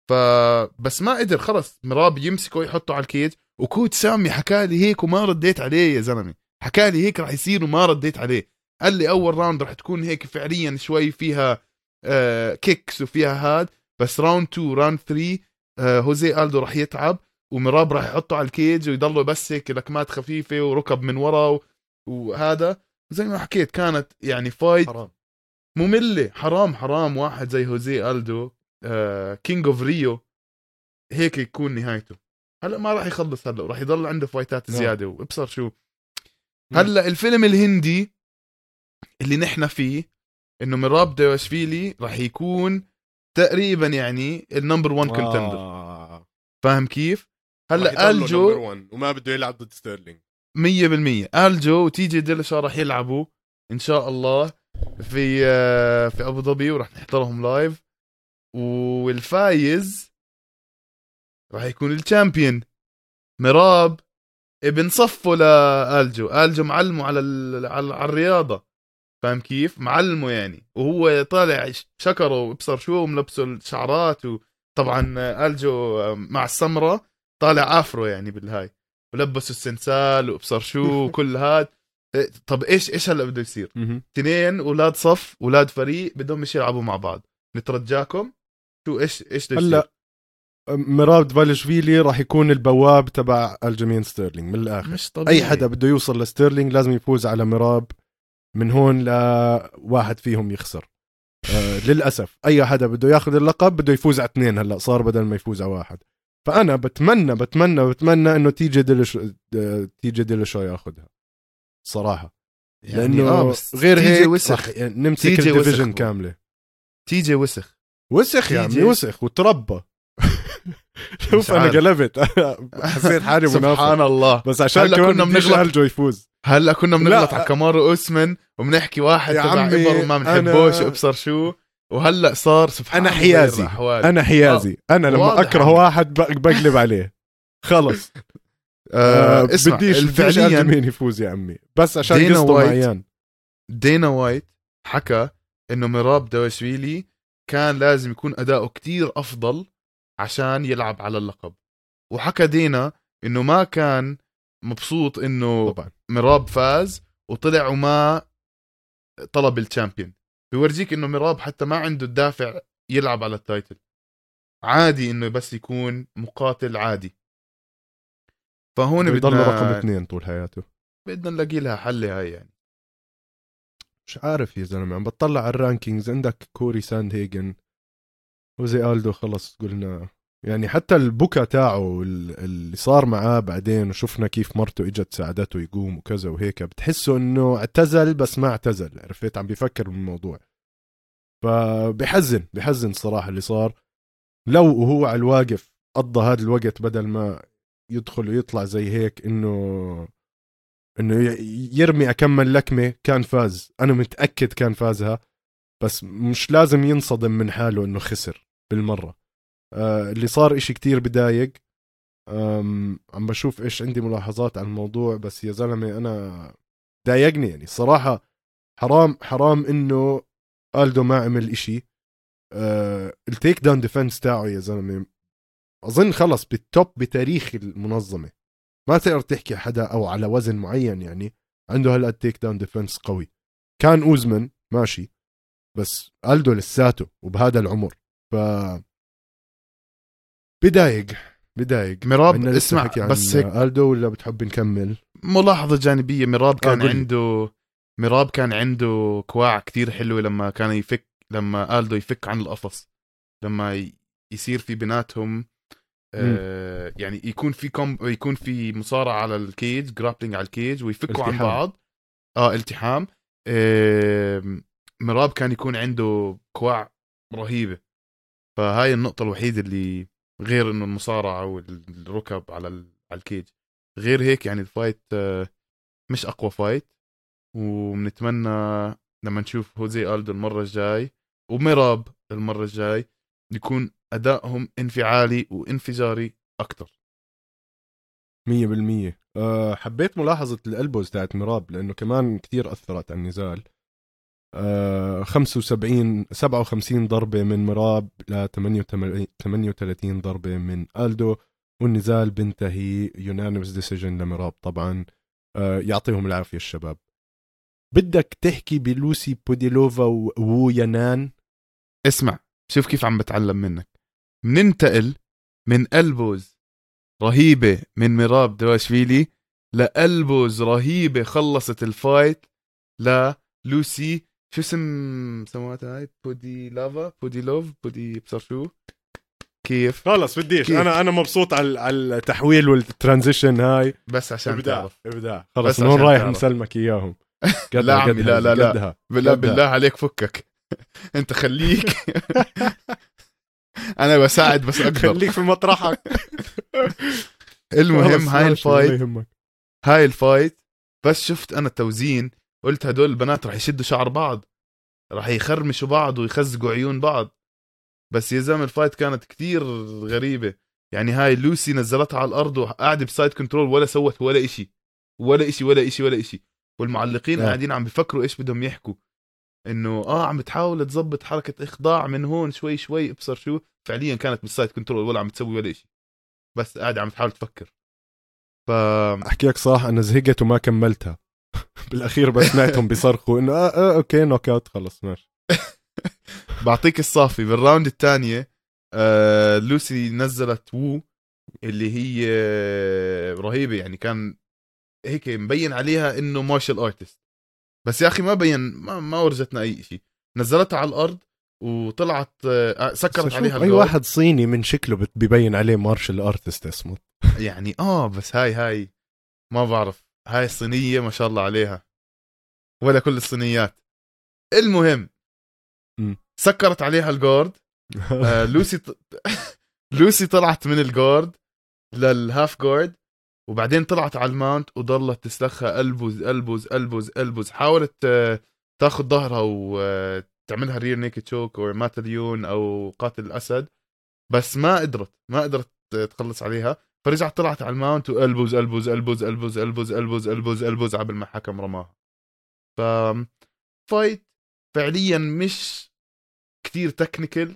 فبس ما قدر. خلص مراب يمسكه يحطه على الكيج. وكوت سامي حكالي هيك وما رديت عليه يا زلمه. حكالي هيك راح يصير وما رديت عليه. قال لي اول راوند راح تكون هيك فعليا شوي فيها آه كيكس وفيها هاد، بس راوند تو راوند ثري آه هوزي ألدو راح يتعب، ومراب راح يحطه على الكيج ويضله بس هيك لكمات خفيفه وركب من ورا. وهذا زي ما حكيت كانت يعني فايت
حرام.
ممله. حرام حرام واحد زي هوزي ألدو آه كينج اوف ريو هيك يكون نهايته. هلا ما راح يخلص، هلا راح يضل عنده فايتات زياده. وابصر شو هلا الفيلم الهندي اللي نحن فيه، انه مراب دفالشفيلي راح يكون تقريبا يعني النمبر وان كونتندر. فاهم كيف؟ هلا ألجو
وما بده يلعب ضد ستيرلينج
مية بالمية. ألجو وتيجي ديلشا راح يلعبوا ان شاء الله في في ابو ظبي، وراح نحضرهم لايف. والفايز راح يكون الشامبيون مراب ابن صفه لألجو. ألجو معلمه على على الرياضه. فاهم كيف؟ معلمه يعني. وهو طالع شكره وابصر شو ملبسه الشعرات. وطبعا ألجو مع السمرة طالع افرو يعني بالهاي، ولبسوا السنسال وابصر شو كل هاد. طب ايش ايش هلا بده يصير؟ اثنين اولاد صف اولاد فريق بدهم مش يلعبوا مع بعض. نترجاكم شو ايش ايش بده يصير؟
مراب دفالشفيلي راح يكون البواب تبع الجيمين ستيرلينج من الاخر.
مش طبيعي.
اي حدا بده يوصل لستيرلينج لازم يفوز على مراب. من هون لواحد فيهم يخسر. آه للأسف أي حدا بده ياخذ اللقب بده يفوز على اثنين. هلأ صار بدل ما يفوز على واحد. فأنا بتمنى بتمنى بتمنى إنه تيجي ديلش تيجي ديلشو ياخذها صراحة. يعني لأنه
آه
غير هيك
وسخ.
يعني نمسك الديفيجن كاملة.
تيجي وسخ
وسخ يا عمي وسخ وتربى. شوف أنا قلبت حسيت حالي منافق.
سبحان الله.
بس عشان كنا بنغلط الجو يفوز.
هلا كنا بنغلط على كامارو أوسمان وبنحكي واحد تبع إبر وما بنحبوش وابصر شو. وهلا صار سبحان
انا حيازي انا حيازي آه. انا لما اكره يعني. واحد بقلب عليه خلص.
آه آه اسمع
بديش فعليا مين يفوز يا عمي بس عشان قصته معيان.
دينا وايت حكى انه ميراب دواشفيلي كان لازم يكون اداؤه كتير افضل عشان يلعب على اللقب، وحكى دينا انه ما كان مبسوط انه طبعا. ميراب فاز وطلع وما طلب الشامبيون. بيورجيك انه ميراب حتى ما عنده الدافع يلعب على التايتل، عادي انه بس يكون مقاتل عادي. فهون
بيضل رقم اثنين طول حياته.
بدنا نلاقي لها حل هاي يعني.
مش عارف يا زلمه عم بطلع على الرانكينجز، عندك كوري ساند هيجن وزي ألدو خلص قلنا يعني، حتى البكا تاعه اللي صار معاه بعدين وشفنا كيف مرته اجت ساعدته يقوم وكذا وهيك، بتحسه انه اعتزل بس ما اعتزل، عرفت؟ عم بيفكر بالموضوع. فبحزن بحزن صراحة اللي صار. لو وهو على الواقف قضى هذا الوقت بدل ما يدخل ويطلع زي هيك انه انه يرمي اكمل لكمة كان فاز. انا متأكد كان فازها، بس مش لازم ينصدم من حاله انه خسر بالمرة. آه اللي صار اشي كتير بدايق. عم بشوف ايش عندي ملاحظات على الموضوع، بس يا زلمة انا دايقني يعني الصراحة. حرام حرام انه ألدو ما عمل اشي. آه التيك داون ديفنس تاعه يا زلمة اظن خلص بالتوب بتاريخ المنظمة، ما تقدر تحكي حدا او على وزن معين يعني عنده هلا التيك داون ديفنس قوي. كان اوزمن ماشي، بس ألدو لساته وبهذا العمر. ف بدايق بدايق
ميراب. اسمع بس هيك
ألدو ولا بتحب نكمل؟
ملاحظة جانبية، ميراب كان آه عنده ميراب كان عنده كواع كتير حلوة لما كان يفك، لما ألدو يفك عن القفص، لما يصير في بيناتهم آه يعني يكون في كوم يكون في مصارعة على الكيج، جرابلينج على الكيج ويفكوا التحام. عن بعض اه التحام. آه ميراب كان يكون عنده كواع رهيبة. فهاي النقطة الوحيدة اللي غير انه المصارعة والركب على على الكيج، غير هيك يعني الفايت مش اقوى فايت. وبنتمنى لما نشوف هوزي ألدو المرة الجاي وميراب المرة الجاي يكون ادائهم انفعالي وانفجاري اكتر.
مية بالمية. أه حبيت ملاحظة الالبوز تاعت ميراب لانه كمان كتير اثرت على النزال. أه خمسة وسبعين سبعة وخمسين ضربة من ميراب ل ثمانية وثلاثين ضربة من ألدو، والنزال بنتهي يونانيمس ديسيجن لميراب طبعا. أه يعطيهم العافية الشباب. بدك تحكي بلوسي بوديلوفا وو ينان؟
اسمع شوف كيف عم بتعلم منك. مننتقل من ألبوز رهيبة من ميراب دواشفيلي لألبوز رهيبة خلصت الفايت للوسي شو اسم سمواتها هاي؟ بودي لافا بودي لوف بودي بصر شو كيف؟
خلص بديش كيف؟ انا انا مبسوط على على التحويل والترانزيشن هاي
بس عشان
ابداع
تعرف
ابداع. خلص من هون رايح مسلمك اياهم.
لا عمي لا لا لا بالله بالله عليك فكك انت خليك انا بساعد بس اقدر.
خليك في مطرحك.
المهم هاي الفايت هاي الفايت بس شفت انا التوزين قلت هدول البنات رح يشدوا شعر بعض، رح يخرمشوا بعض ويخزقوا عيون بعض. بس يا زلمه الفايت كانت كتير غريبه يعني. هاي لوسي نزلتها على الارض وقاعده بسايد كنترول ولا سوت ولا اشي ولا اشي ولا اشي ولا اشي. والمعلقين قاعدين عم بيفكروا ايش بدهم يحكوا، انه اه عم بتحاول تزبط حركه اخضاع من هون شوي شوي ابصر شو. فعليا كانت بالسايد كنترول ولا عم تسوي ولا شيء، بس قاعده عم تحاول تفكر. ف
احكيك صح انا زهقت وما كملتها. بالاخير بس سمعتهم بيصرخوا انه آه, اه اوكي نوك اوت خلص ماشي.
بعطيك الصافي بالراوند الثانيه آه لوسي نزلت وو اللي هي رهيبه يعني، كان هيك مبين عليها انه مارشال ارتست، بس يا اخي ما بين ما, ما ورجتنا اي شيء. نزلتها على الارض وطلعت سكرت عليها
اي واحد صيني من شكله ببين عليه مارشال ارتست اسمه
يعني اه بس هاي هاي ما بعرف، هاي الصينيه ما شاء الله عليها ولا كل الصينيات. المهم م. سكرت عليها الجارد. آه لوسي ط... لوسي طلعت من الجارد للهاف جارد وبعدين طلعت على الماونت وضلت تسلخها البوز البوز البوز البوز. حاولت تاخذ ظهرها تعملها رير نيكد تشوك او ماتليون او قاتل الاسد، بس ما قدرت ما قدرت تخلص عليها. فرجعت طلعت على الماونت والبوز البوز البوز البوز البوز البوز البوز البوز قبل ما حكم رماها. ف فايت فعليا مش كتير تكنيكال،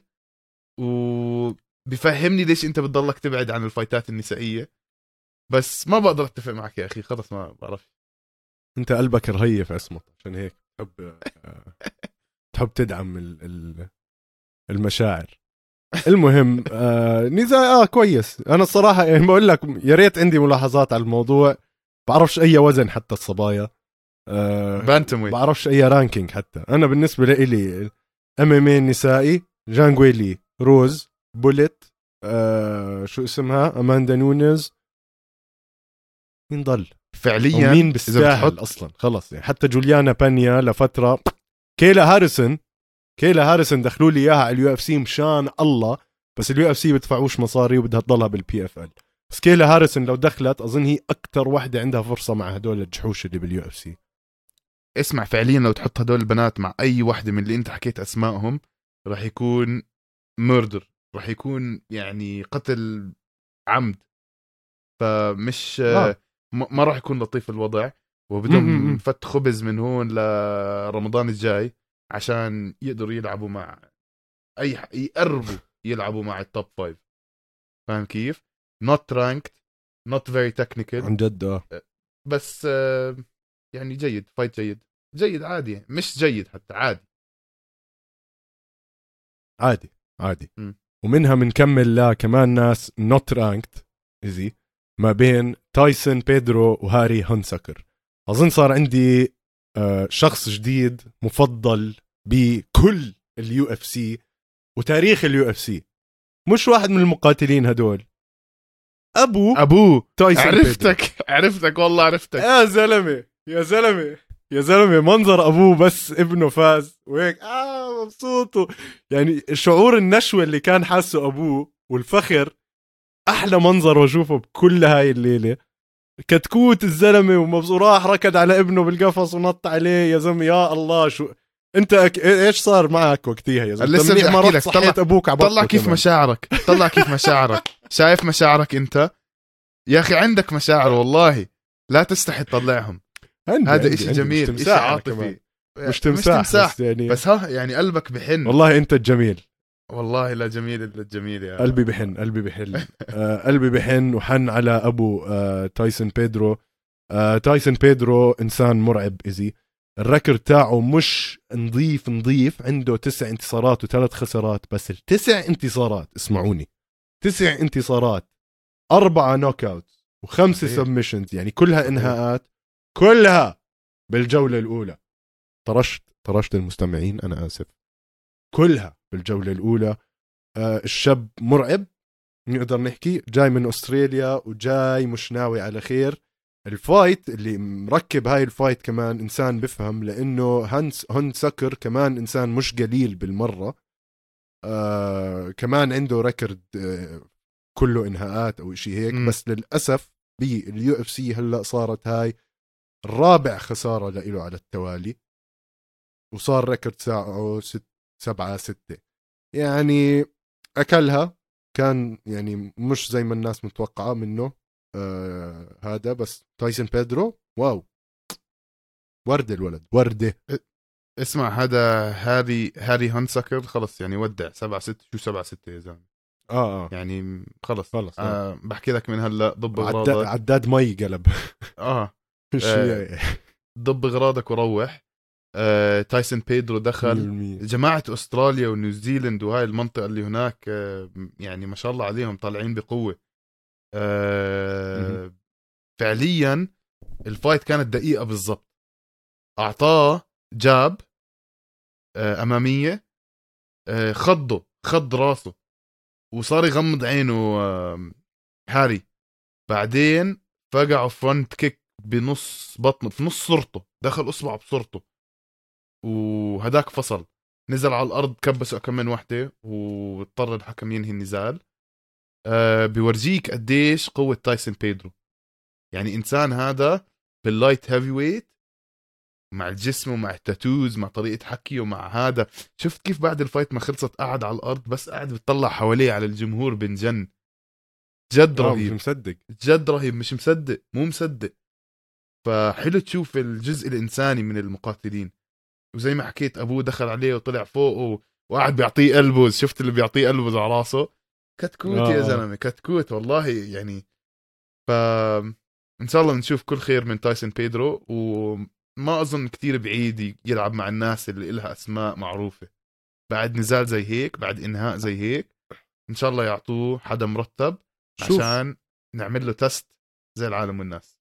وبيفهمني ليش انت بتضلك تبعد عن الفايتات النسائيه. بس ما بقدر اتفق معك يا اخي، خلص ما بعرف.
انت قلبك رهيف اسمط، عشان هيك تحب تحب تدعم المشاعر. المهم آه نزاع اه كويس. انا الصراحه يعني بقول لك يا ريت عندي ملاحظات على الموضوع. بعرفش اي وزن حتى الصبايا، آه
بانتم ويت،
بعرفش اي رانكينج حتى. انا بالنسبه لي ام ام اي النسائي جانجويلي، روز، بوليت، آه شو اسمها، اماندا نونيز، مين ضل
فعليا
مين بيستاهل اصلا خلص يعني. حتى جوليانا بانيا لفتره، كيلا هاريسون كيلا هاريسون دخلوا لي اياها على اليو اف سي مشان الله، بس اليو اف سي بدفعوش مصاري وبدها تضلها بالبي اف ال. بس كيلا هاريسون لو دخلت اظن هي اكثر وحده عندها فرصه مع هدول الجحوش اللي باليو اف سي.
اسمع فعليا لو تحط هدول البنات مع اي وحده من اللي انت حكيت اسمائهم راح يكون ميردر، راح يكون يعني قتل عمد. فمش
آه.
ما راح يكون لطيف الوضع، وبدهم فت خبز من هون لرمضان الجاي عشان يقدروا يلعبوا مع اي ح... يقربوا يلعبوا مع التوب فايف. فاهم كيف؟ not ranked not very technical
عن جد اه.
بس يعني جيد، فايت جيد جيد عادي، مش جيد حتى عادي
عادي عادي
م.
ومنها منكمل لا كمان ناس not ranked ايزي ما بين تايسون بيدرو وهاري هونسكر. اظن صار عندي آه شخص جديد مفضل بكل اليو اف سي وتاريخ اليو اف سي، مش واحد من المقاتلين هدول، ابو
ابوه
تايسون
عرفتك
بيدرو.
عرفتك والله عرفتك
يا زلمه يا زلمه يا زلمه منظر ابوه بس ابنه فاز وهيك اه مبسوط، يعني شعور النشوه اللي كان حاسه ابوه والفخر احلى منظر واشوفه بكل هاي الليله. كتكوت الزلمه ومبسوط، راح ركض على ابنه بالقفص ونط عليه. يا زلمه يا الله شو انت أك... ايش صار معك وقتها يا زلمه؟
لسه بدي
ما
احكي
رحت
لك.
صحيت
طلع
ابوك على
طلع كيف
كمان.
مشاعرك طلع كيف مشاعرك شايف مشاعرك انت يا اخي، عندك مشاعر والله لا تستحي تطلعهم.
عندي
هذا
عندي
إشي
عندي
جميل،
مش
إشي
تمساح
عاطفي.
مش تمساح,
مش تمساح
بس يعني
بس ها يعني قلبك بحن.
والله انت الجميل.
والله لا جميل الا الجميل يا
قلبي بحن قلبي بحن آه قلبي بحن وحن على ابو آه تايسون بيدرو. آه تايسون بيدرو انسان مرعب ايزي. الركر تاعه مش نظيف نظيف، عنده تسع انتصارات وثلاث خسارات، بس التسع انتصارات اسمعوني تسع انتصارات، أربعة نوك اوت وخمسة سبمشنز، يعني كلها انهاءات، كلها بالجولة الأولى. طرشت طرشت المستمعين أنا آسف، كلها بالجولة الأولى. آه الشاب مرعب نقدر نحكي، جاي من أستراليا وجاي مش ناوي على خير. الفايت اللي مركب هاي الفايت كمان إنسان بفهم، لأنه هانس هونسكر كمان إنسان مش قليل بالمرة. آه كمان عنده ريكورد آه كله إنهاءات أو إشي هيك م. بس للأسف باليو اف سي هلأ صارت هاي الرابع خسارة لإله على التوالي، وصار ريكورد ساعه ست سبعة ستة، يعني أكلها. كان يعني مش زي ما الناس متوقعة منه آه هذا. بس تايسون بيدرو واو، وردة الولد وردة.
اسمع هذا هاري هاري هانسكر خلص يعني ودع سبعة ستة. شو سبعة ستة يا زلمة؟
اه اه
يعني خلص
خلص آه.
آه بحكي لك من هلا ضب
عداد
اغراضك.
عداد مي قلب
اه,
آه.
ضب اغراضك وروح. آه تايسون بيدرو دخل. جماعة أستراليا ونيوزيلند وهاي المنطقة اللي هناك آه يعني ما شاء الله عليهم طالعين بقوة. آه فعليا الفايت كانت دقيقة بالضبط. أعطاه جاب آه أمامية، آه خضه خض راسه وصار يغمض عينه آه هاري. بعدين فقعوا فرونت كيك بنص بطنه، في نص صرته، دخل اصبعه بصرته وهداك فصل. نزل على الارض كبسه كم من وحده واضطر الحكم ينهي النزال. أه بيورجيك قديش قوه تايسون بيدرو. يعني انسان هذا باللايت هيفي ويت مع الجسم ومع التاتوز مع طريقة حكيه ومع هذا. شفت كيف بعد الفايت ما خلصت قاعد على الأرض بس قاعد بتطلع حواليه على الجمهور بنجن. جد رهيب.
مش مصدق.
جد رهيب مش مصدق مو مصدق. فحلو تشوف الجزء الإنساني من المقاتلين. وزي ما حكيت أبوه دخل عليه وطلع فوقه وقاعد بيعطيه ألبوز. شفت اللي بيعطيه ألبوز على راسه كتكوت. آه. يا زلمة كتكوت والله يعني. فإن شاء الله نشوف كل خير من تايسون بيدرو. وما أظن كتير بعيد يلعب مع الناس اللي إلها أسماء معروفة بعد نزال زي هيك بعد إنهاء زي هيك. إن شاء الله يعطوه حدا مرتب شوف. عشان نعمل له تست زي العالم والناس.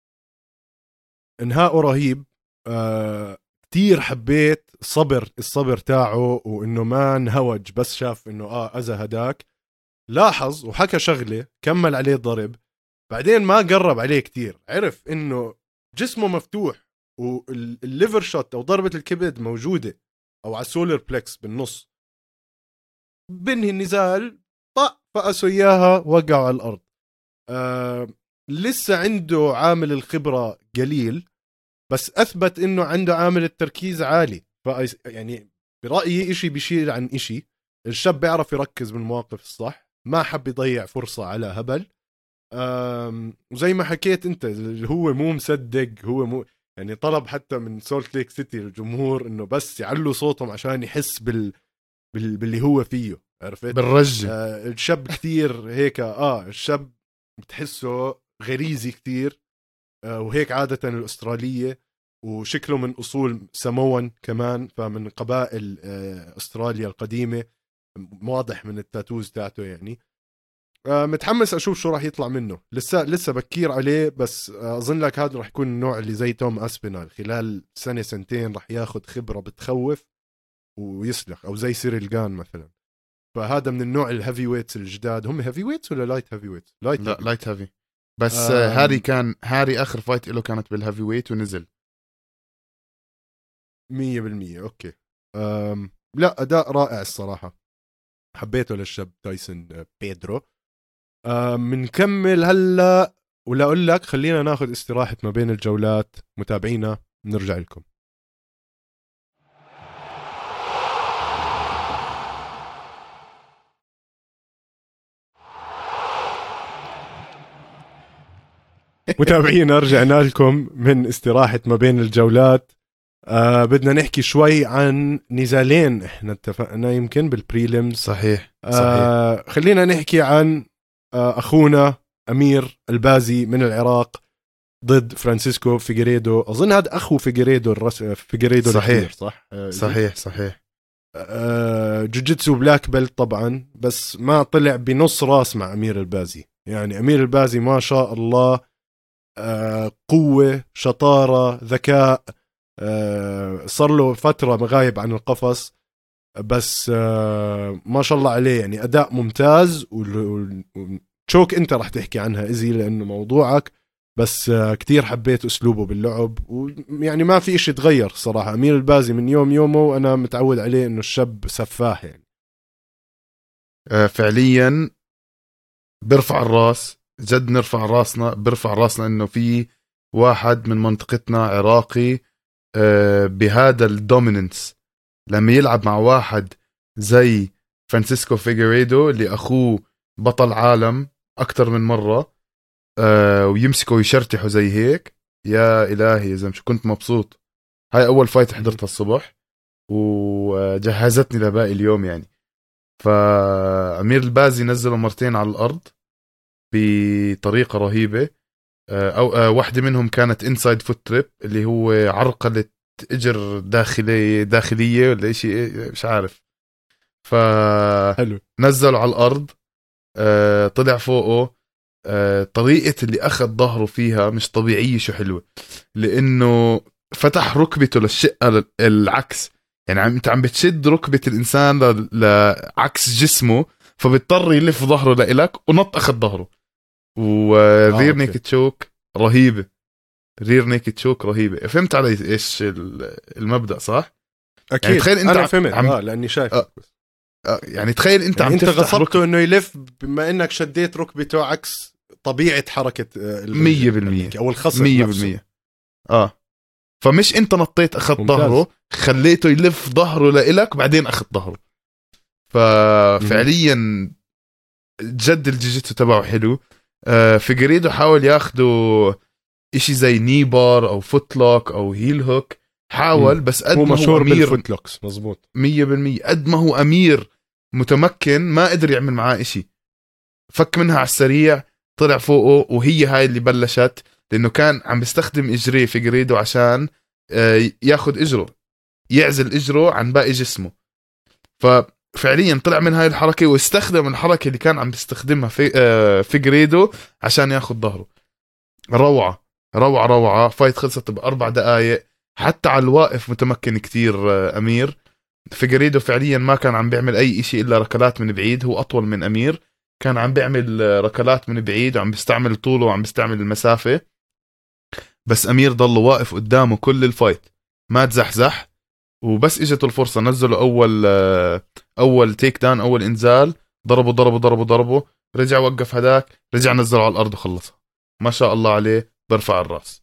انهاءه رهيب. آه كتير حبيت صبر الصبر تاعه وإنه ما انهوج بس شاف إنه آه أذى هداك لاحظ وحكى شغلة كمل عليه ضرب بعدين ما قرب عليه كتير. عرف إنه جسمه مفتوح والليفر شوت أو ضربة الكبد موجودة أو على السولر بلكس بالنص. بنهي النزال طق فقسوا إياها وقعوا على الأرض. آه لسه عنده عامل الخبرة قليل بس أثبت إنه عنده عامل التركيز عالي. يعني برأيي إشي بيشيل عن إشي. الشاب بيعرف يركز بالمواقف الصح ما حب يضيع فرصة على هبل. وزي ما حكيت أنت اللي هو مو مصدق هو مو يعني طلب حتى من سولت ليك سيتي الجمهور إنه بس يعلوا صوتهم عشان يحس بال... بال... باللي هو فيه. عرفت
بالرج.
آه الشاب كتير هيك آه الشاب بتحسه غريزي كتير. آه وهيك عادة الأسترالية وشكله من أصول سمون كمان فمن قبائل آه أستراليا القديمة واضح من التاتوز تاعته يعني. آه متحمس أشوف شو راح يطلع منه. لسه لسه بكير عليه بس آه أظن لك هذا راح يكون النوع اللي زي توم أسبينال خلال سنة سنتين راح ياخد خبرة بتخوف ويسلخ أو زي سيريل جان مثلا. فهذا من النوع الهيفي ويتس الجداد. هم هيفي ويتس ولا لايت هيفي ويتس؟ لايت
لا لايت هيفي بس آه هاري كان هاري آخر فايت له كانت بالهيفي ويت ونزل
مية بالمية. أوكي أم لا أداء رائع الصراحة حبيته للشاب تايسون بيدرو. منكمل هلا ولا أقول لك خلينا ناخد استراحة ما بين الجولات. متابعينا نرجع لكم. متابعينا رجعنا لكم من استراحة ما بين الجولات. آه بدنا نحكي شوي عن نزالين احنا اتفقنا يمكن بالبريليمز.
صحيح, صحيح.
آه خلينا نحكي عن آه أخونا أمير البازي من العراق ضد فرانسيسكو فيغريدو. أظن هذا أخو فيغريدو الرس... فيغريدو
صحيح
صح آه
صحيح صحيح.
آه جوجيتسو بلاك بيلت طبعا بس ما طلع بنص راس مع أمير البازي. يعني أمير البازي ما شاء الله آه قوة شطارة ذكاء. آه صار له فترة مغايب عن القفص بس آه ما شاء الله عليه يعني أداء ممتاز. وشوك أنت رح تحكي عنها إزي لأنه موضوعك بس آه كتير حبيت أسلوبه باللعب ويعني ما في إشي تغير صراحة. أمير البازي من يوم يومه وأنا متعود عليه إنه الشاب سفاح يعني.
آه فعليا برفع الراس جد نرفع راسنا برفع راسنا إنه في واحد من منطقتنا عراقي آه بهذا الدوميننس لما يلعب مع واحد زي فرانسيسكو فيغريدو اللي أخوه بطل عالم أكتر من مرة آه ويمسكه ويشرتحه زي هيك. يا إلهي يا زلمة شو كنت مبسوط. هاي أول فايت حضرتها الصبح وجهزتني لباقي اليوم يعني. فأمير البازي نزله مرتين على الأرض بطريقة رهيبة. آه أو آه واحدة منهم كانت إنسايد فوت تريب اللي هو عرقلة اجر داخلي داخليه ولا شيء مش عارف. فنزلوا على الارض آه طلع فوقه آه طريقه اللي اخذ ظهره فيها مش طبيعيه شو حلوه لانه فتح ركبته للشقه العكس. يعني عم انت عم بتشد ركبه الانسان لعكس جسمه فبيضطر يلف ظهره لإلك ونط اخذ ظهره. ورير نيك تشوك رهيبه. رير نيك تشوك رهيبه. فهمت علي ايش المبدأ صح؟
اكيد
يعني تخيل انت
انا فهمت
عم...
اه لاني شايف
آه. آه. يعني تخيل انت
يعني
عم
انت
تفتح
غصبته رك... انه يلف بما انك شديت ركبته عكس طبيعه حركه
مية بالمية
او الخصر
مية بالمية اه فمش انت نطيت اخذت ظهره، خليته يلف ظهره لإلك بعدين اخذ ظهره. ففعليا جد الجيجيتسو تبعه حلو. آه فيجريدو حاول ياخده اشي زي نيبار او فوتلوك او هيل هوك، حاول مم. بس قد
هو
ما
مشهور
هو امير
بالفوتلوكس مزبوط
مية بالمية، قد ما هو امير متمكن ما قدر يعمل معاه اشي، فك منها على السريع طلع فوقه، وهي هاي اللي بلشت لانه كان عم بيستخدم اجريه فيجريدو عشان آه ياخد اجره، يعزل اجره عن باقي جسمه. ففعليا طلع من هاي الحركه واستخدم الحركه اللي كان عم بيستخدمها في آه فيجريدو عشان ياخد ظهره. روعه روعه روعه. فايت خلصت باربع دقائق، حتى على الواقف متمكن كتير آه امير. فيجريدو فعليا ما كان عم بيعمل اي اشي الا ركلات من بعيد، هو اطول من امير، كان عم بيعمل ركلات من بعيد وعم بيستعمل طوله وعم بيستعمل المسافه، بس امير ضل واقف قدامه كل الفايت ما تزحزح. وبس اجته الفرصه نزلوا اول اول تيك داون، اول انزال، ضربوا ضربوا ضربوا ضربوا، رجع وقف هداك، رجع نزله على الارض وخلصها. ما شاء الله عليه، برفع الراس.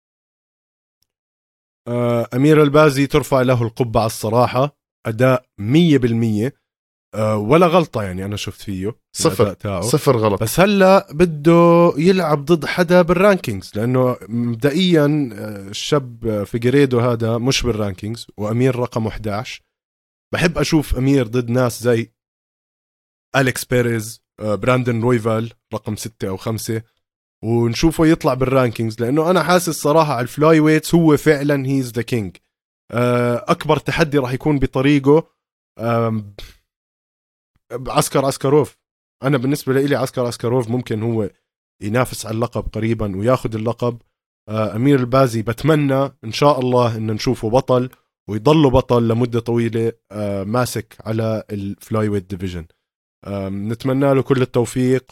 أمير البازي ترفع له القبعة الصراحة، أداء مية بالمية ولا غلطة، يعني أنا شفت فيه
صفر صفر غلط.
بس هلأ بده يلعب ضد حدا بالرانكينجز، لأنه مبدئيا الشاب فيجريدو هذا مش بالرانكينجز وأمير رقم إحدى عشر. بحب أشوف أمير ضد ناس زي أليكس بيريز، براندن رويفال رقم ستة أو خمسة، ونشوفه يطلع بالرانكينجز، لأنه أنا حاسس صراحة على الفلاي ويتس هو فعلا هيز ذا كينج. أكبر تحدي راح يكون بطريقه عسكر عسكروف. أنا بالنسبة لي عسكر عسكروف ممكن هو ينافس على اللقب قريبا وياخد اللقب. أمير البازي بتمنى إن شاء الله إن نشوفه بطل ويضل بطل لمدة طويلة ماسك على الفلاي ويت ديفيجن. نتمنى له كل التوفيق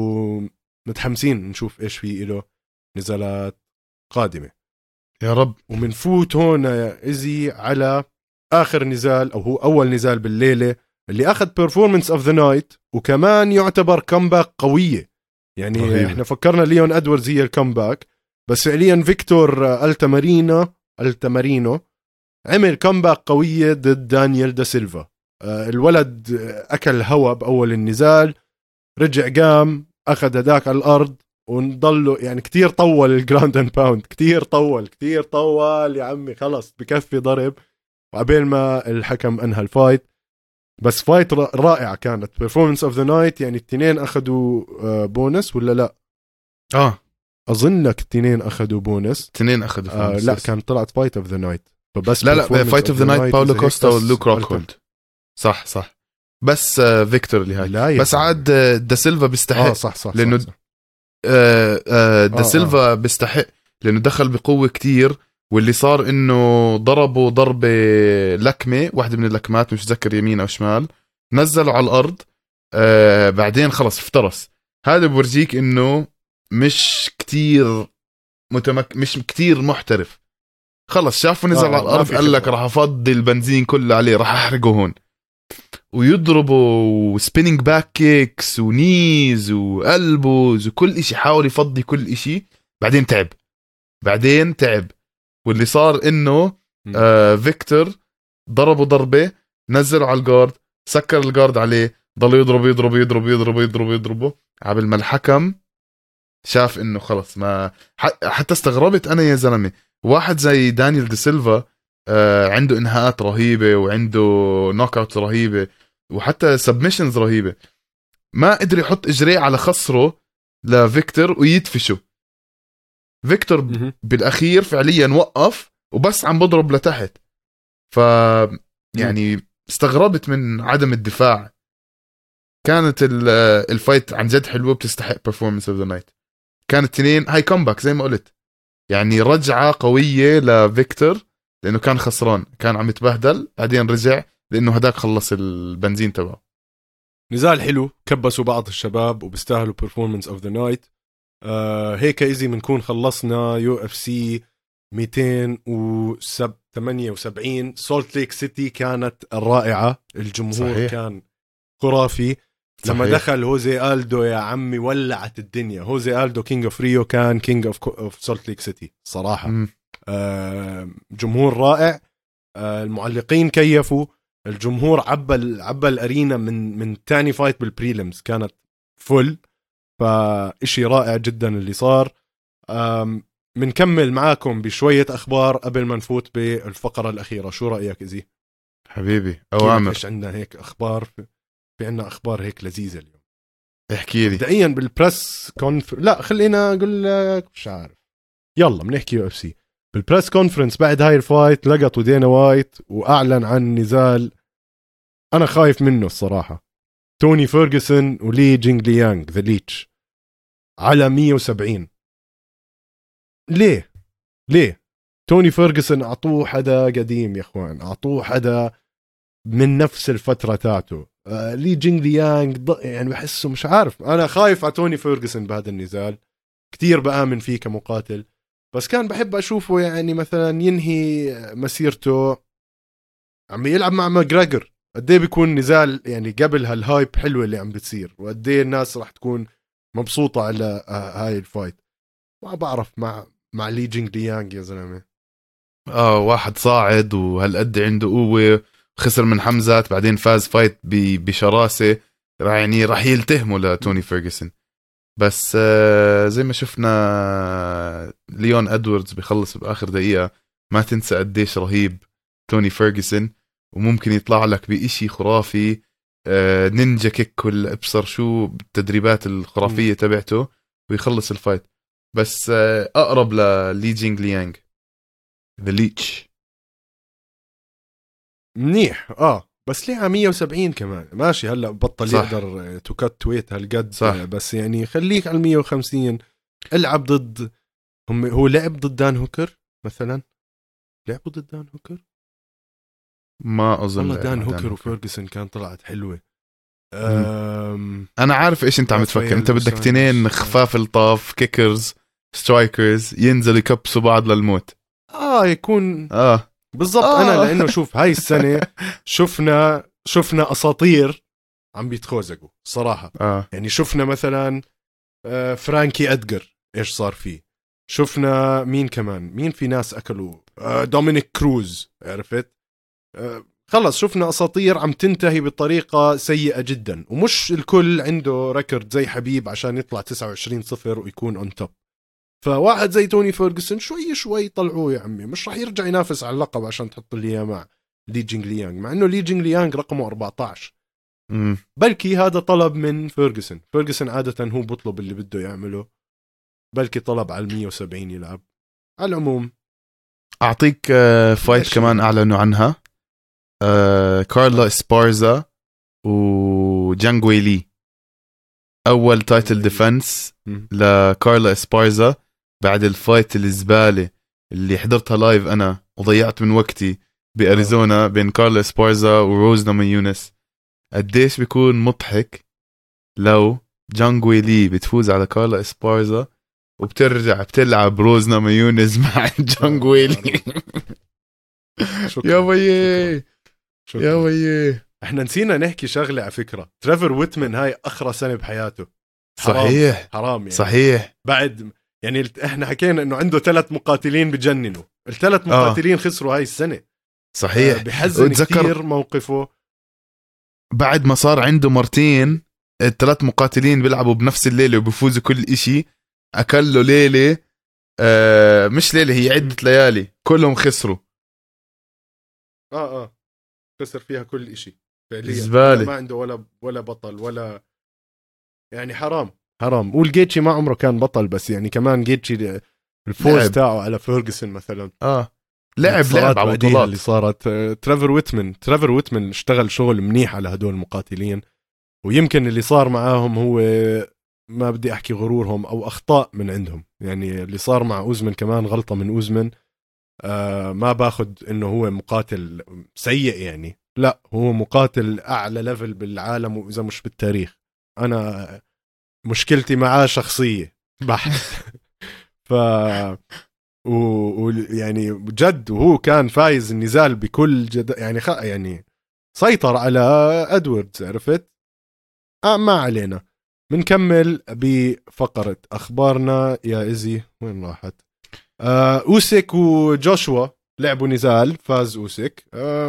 ومتحمسين نشوف إيش فيه له نزالات قادمة
يا رب.
ومنفوت هون يا إزي على آخر نزال، أو هو أول نزال بالليلة اللي أخذ performance of the night، وكمان يعتبر كمباك قوية. يعني رهيب. إحنا فكرنا ليون أدواردز هي الكمباك، بس فعليا فيكتور التمارينو التمارينو عمل كمباك قوية ضد دانيال دا سيلفا. الولد أكل هوا بأول النزال، رجع قام أخذ هداك على الأرض ونضله، يعني كتير طول الجراوند اند باوند، كتير طول كتير طول يا عمي، خلص بكفي ضرب وقبل ما الحكم أنهى الفايت. بس فايت رائعة كانت، performance of the night. يعني التنين أخذوا بونس ولا لا؟
آه
أظنك التنين أخذوا بونس.
التنين أخذوا
آه لا، كان طلعت فايت of the night.
فبس لا لا فايت of the night باولو كوستا ولوك روكهولد. صح صح. بس آه فيكتور اللي هاي، بس عاد دا سيلفا بيستحق.
آه صح صح
لأنه
صح صح.
آه آه دا آه سيلفا آه. بيستحق لأنه دخل بقوة كتير، واللي صار إنه ضربوا ضربة لكمة، واحدة من اللكمات مش ذكر يمين أو شمال، نزلوا على الأرض. آه بعدين خلص افترس. هذا بورجيك إنه مش كتير متمك مش كتير محترف. خلص شافه نزل آه على الأرض قال لك راح أفضي البنزين كله عليه، راح أحرقه هون. ويضربوا سبينينج باك كيكس ونيز وألبوز وكل إشي، حاول يفضي كل إشي. بعدين تعب بعدين تعب واللي صار إنه آه فيكتور ضربوا ضربة، نزلوا على الجارد، سكر الجارد عليه، ضل يضرب يضرب يضرب يضرب يضرب يضربه عبل ما الحكم شاف إنه خلص. ما حتى استغربت أنا يا زلمة، واحد زي دانيال دي سيلفا آه عنده إنهاءات رهيبة وعنده نوك اوت رهيبة وحتى سبميشنز رهيبة، ما قدر يحط إجريه على خصره لفيكتور ويدفشه. فيكتور بالأخير فعليا وقف وبس عم بضرب لتحت. ف يعني استغربت من عدم الدفاع. كانت الفايت عن جد حلوة، بتستحق performance of the night. كانت تنين هاي كومباك زي ما قلت، يعني رجعة قوية لفيكتور لأنه كان خسران، كان عم يتبهدل، بعدين رجع لأنه هداك خلص البنزين تبعه.
نزال حلو، كبسوا بعض الشباب وبيستاهلوا performance of the night. آه هيك إذا بنكون خلصنا يو اف سي مئتين وثمانية وسبعين. سولت ليك سيتي كانت رائعة، الجمهور صحيح. كان خرافي. صحيح. لما دخل هوزي ألدو يا عمي ولعت الدنيا. هوزي ألدو كينج اوف ريو كان كينج اوف سولت ليك سيتي صراحة. م. جمهور رائع، المعلقين كيفوا، الجمهور عبى عبى الارينا من من تاني فايت بالبريلمز كانت فل، فإشي رائع جدا اللي صار. بنكمل معاكم بشوية أخبار قبل ما نفوت بالفقرة الأخيرة. شو رأيك إزي؟
حبيبي أوامر.
إيش عندنا هيك أخبار؟ في عندنا أخبار هيك لذيذة اليوم.
احكي لي.
مبدئيا بالبريس كونفر... لا خلينا أقول لك مش عارف. يلا بنحكي يو اف سي. بالبريس كونفرنس بعد هاي الفايت لقطوا دينا وايت وأعلن عن نزال أنا خايف منه الصراحة. توني فيرغسون ولي جينغ ليانغ ذا ليتش على مية وسبعين. ليه ليه توني فيرغسون أعطوه حدا قديم يا اخوان، أعطوه حدا من نفس الفترة تاعته. آه لي جينغ ليانغ يعني بحسه مش عارف، أنا خايف على توني فيرغسون بهذا النزال، كتير بآمن فيه كمقاتل، بس كان بحب أشوفه يعني مثلا ينهي مسيرته عم يلعب مع ماجراجر. قديه بيكون نزال يعني قبل هالهايب حلوة اللي عم بتصير، وقديه الناس راح تكون مبسوطة على هاي الفايت. ما بعرف مع مع لي جينغ ليانغ يا زلمة.
اه واحد صاعد وهالقد عنده قوة، خسر من حمزات بعدين فاز فايت بشراسة، يعني راح يلتهموا لتوني فيرغسون. بس آه زي ما شفنا ليون ادواردز بيخلص بآخر دقيقة. ما تنسى قديش رهيب توني فيرغسون، وممكن يطلع لك بإشي خرافي. آه نينجا كيك ولا ابصر شو بالتدريبات الخرافية تبعته ويخلص الفايت. بس آه أقرب للي جينغ ليانغ ذا ليتش.
منيح اه بس ليه على مية وسبعين كمان ماشي. هلا بطل صح. يقدر تو كات ويت هالقد صح. بس يعني خليك على مية وخمسين. العب ضد هم. هو لعب ضد دان هوكر مثلا، لعبوا ضد دان هوكر
ما اظن.
والله دان هوكر وفيرغسون كان طلعت حلوه.
انا عارف ايش انت عم تفكر. انت بدك تنين خفاف الطاف كيكرز سترايكرز ينزلوا يكبسوا بعض للموت.
اه يكون
اه
بالضبط. آه. انا لانه شوف هاي السنه شفنا شفنا اساطير عم بيتخوزقوا صراحه.
آه.
يعني شفنا مثلا آه فرانكي ادجر ايش صار فيه. شفنا مين كمان، مين في ناس اكلوا آه دومينيك كروز عرفت. آه خلص شفنا اساطير عم تنتهي بطريقه سيئه جدا، ومش الكل عنده ريكورد زي حبيب عشان يطلع تسعة وعشرين صفر ويكون اون توب. فواحد زي توني فيرغسون شوي شوي طلعوه يا عمي، مش راح يرجع ينافس على اللقب عشان تحط لي اياه مع لي جينغ ليانغ، مع انه لي جينغ ليانغ رقمه أربعة عشر.
مم.
بلكي هذا طلب من فيرغسون. فيرغسون عادة هو بطلب اللي بده يعمله، بلكي طلب على المية وسبعين يلعب. على العموم
اعطيك فايت كمان اعلنوا عنها. آه كارلا اسبارزا وجانغوي لي. اول تايتل ديفنس لكارلا اسبارزا بعد الفايت الزبالة اللي حضرتها لايف انا وضيعت من وقتي باريزونا بين كارلا اسبارزا وروز ناميونس. قديش بيكون مضحك لو جانغوي لي بتفوز على كارلا اسبارزا وبترجع بتلعب روز ناميونس مع جانغوي لي. يا ويي يا ويي.
احنا نسينا نحكي شغله على فكره. تريفر ويتمن هاي اخرى سنه بحياته. حرام.
صحيح
حرام يعني.
صحيح.
بعد يعني احنا حكينا انه عنده ثلاث مقاتلين بجننوا، الثلاث مقاتلين آه. خسروا هاي السنه.
صحيح.
آه بحزن كثير موقفه.
بعد ما صار عنده مرتين الثلاث مقاتلين بيلعبوا بنفس الليله وبيفوزوا كل إشي، اكل له ليله آه مش ليله هي عده ليالي كلهم خسروا.
اه اه خسر فيها كل إشي
فعليا.
ما عنده ولا ولا بطل ولا يعني حرام حرام. والجيتشي ما عمره كان بطل، بس يعني كمان جيتشي الفوز لعب. تاعه على فيرغسون مثلا
اه لعب لعب على بطولات
اللي صارت. تريفر ويتمن تريفر ويتمن اشتغل شغل منيح على هدول المقاتلين، ويمكن اللي صار معاهم هو ما بدي احكي غرورهم او اخطاء من عندهم. يعني اللي صار مع اوزمن كمان غلطة من اوزمن. آه ما باخد انه هو مقاتل سيء يعني، لا هو مقاتل اعلى ليفل بالعالم واذا مش بالتاريخ. انا مشكلتي معاه شخصية بحت. ف ويعني و... جد وهو كان فايز النزال بكل جد يعني خ... يعني سيطر على ادواردز عرفت. آه ما علينا. بنكمل بفقرة اخبارنا يا ايزي. وين راحت؟ آه أوسيك وجوشوا لعبوا نزال، فاز أوسيك.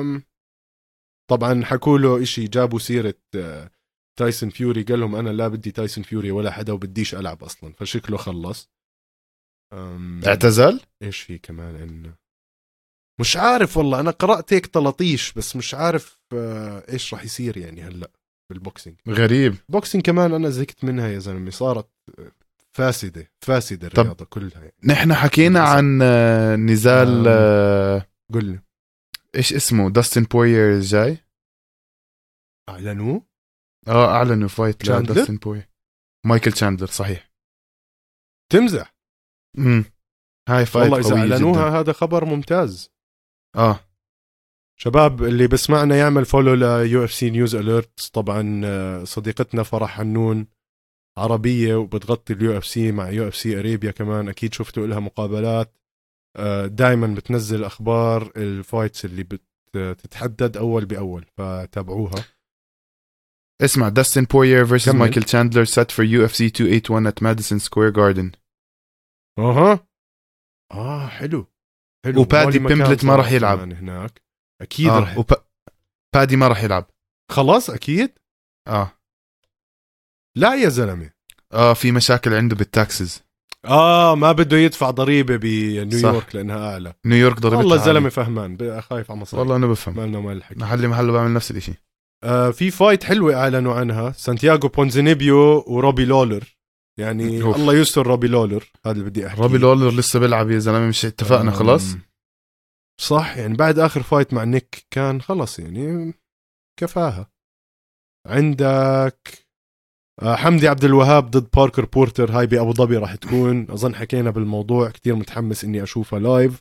طبعا حكوا له إشي، جابوا سيرة آه تايسون فيوري، قال لهم أنا لا بدي تايسون فيوري ولا حدا وبديش ألعب أصلا، فشكله خلص.
اعتزل.
إيش في كمان إنه مش عارف والله، أنا قرأت هيك طلطيش بس مش عارف آه إيش راح يصير يعني هلأ بالبوكسينج.
غريب.
بوكسينج كمان أنا زهقت منها يا زلمة، صارت فاسدة فاسدة الرياضة كلها يعني.
نحن حكينا عن نزال آه
قل لي
ايش اسمه، داستن بوير الجاي
اعلنوه.
اه اعلنوا فايت
تشاندلر؟
لداستن بوير، مايكل تشاندلر صحيح.
تمزح.
امم هاي فايت
والله اذا
قوية
اعلنوها
جدا.
هذا خبر ممتاز.
اه
شباب اللي بسمعنا يعمل فولو ليو اف سي نيوز اليرت. طبعا صديقتنا فرح حنون عربية وبتغطي اليو اف سي مع يو اف سي اريبيا كمان، اكيد شفتوا لها مقابلات. دائما بتنزل اخبار الفايتس اللي بتتحدد اول باول، فتابعوها.
اسمع، داستن بوير versus مايكل تشاندلر set for يو اف سي two eighty-one at Madison Square Garden.
اها اه حلو حلو.
وبادي بيمبلت ما راح يلعب
هناك اكيد.
آه.
رح
وب... بادي ما راح يلعب
خلاص اكيد.
اه
لا يا زلمه،
اه في مشاكل عنده بالتاكسز.
اه ما بده يدفع ضريبه بنيويورك لانها اعلى.
نيويورك ضريبتها
والله الزلمه فهمان، خايف على مصاري.
والله انا بفهم،
مالنا ومال الحكي.
محلي محله بعمل نفس الاشي.
آه في فايت حلوه اعلنوا عنها، سانتياغو بونزينيبيو وروبي لولر. يعني أوف. الله يستر روبي لولر، هذا اللي بدي احكي.
روبي لولر لسه بيلعب يا زلمه، مش اتفقنا خلاص؟
صح، يعني بعد اخر فايت مع نيك كان خلص يعني كفاها. عندك حمدي عبد الوهاب ضد باركر بورتر، هاي بأبو ظبي راح تكون، أظن حكينا بالموضوع، كتير متحمس إني أشوفها لايف.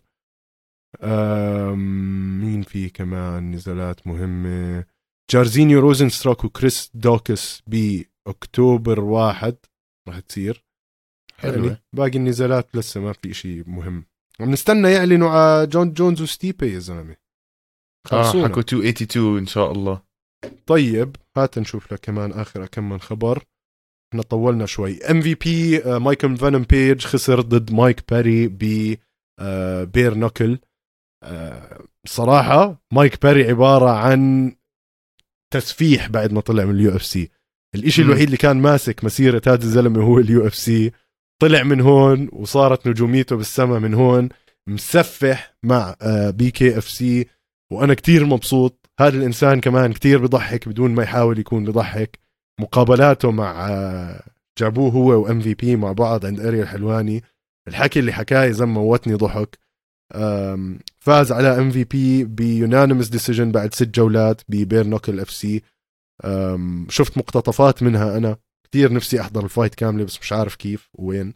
مين في كمان نزالات مهمة؟ جارزينيو روزنستروك وكريس دوكس بأكتوبر واحد راح تصير.
حلوة.
يعني باقي النزالات لسه ما في إشي مهم، ونستنى يعلنوا على جون جونز وستيبي يا زلمة.
آه حكوا two eighty-two إن شاء الله.
طيب هات نشوف لك كمان آخر كم من خبر، احنا طولنا شوي. ام في بي مايكل فانم بيج خسر ضد مايك باري ب بير نوكل. صراحة مايك باري عبارة عن تسفيح بعد ما طلع من اليو اف سي. الاشي الوحيد اللي كان ماسك مسيرة هذا الزلمة هو اليو اف سي، طلع من هون وصارت نجوميته بالسما من هون، مسفح مع بي كي اف سي، وانا كتير مبسوط. هذا الانسان كمان كتير بضحك بدون ما يحاول يكون بضحك. مقابلاته مع جابوه هو وام في بي مع بعض عند اريا الحلواني، الحكي اللي حكاه زم موتني ضحك. فاز على ام في بي بيونانيمس ديسيجن بعد ست جولات ببير نوكل اف سي. شفت مقتطفات منها، انا كتير نفسي احضر الفايت كامله بس مش عارف كيف وين.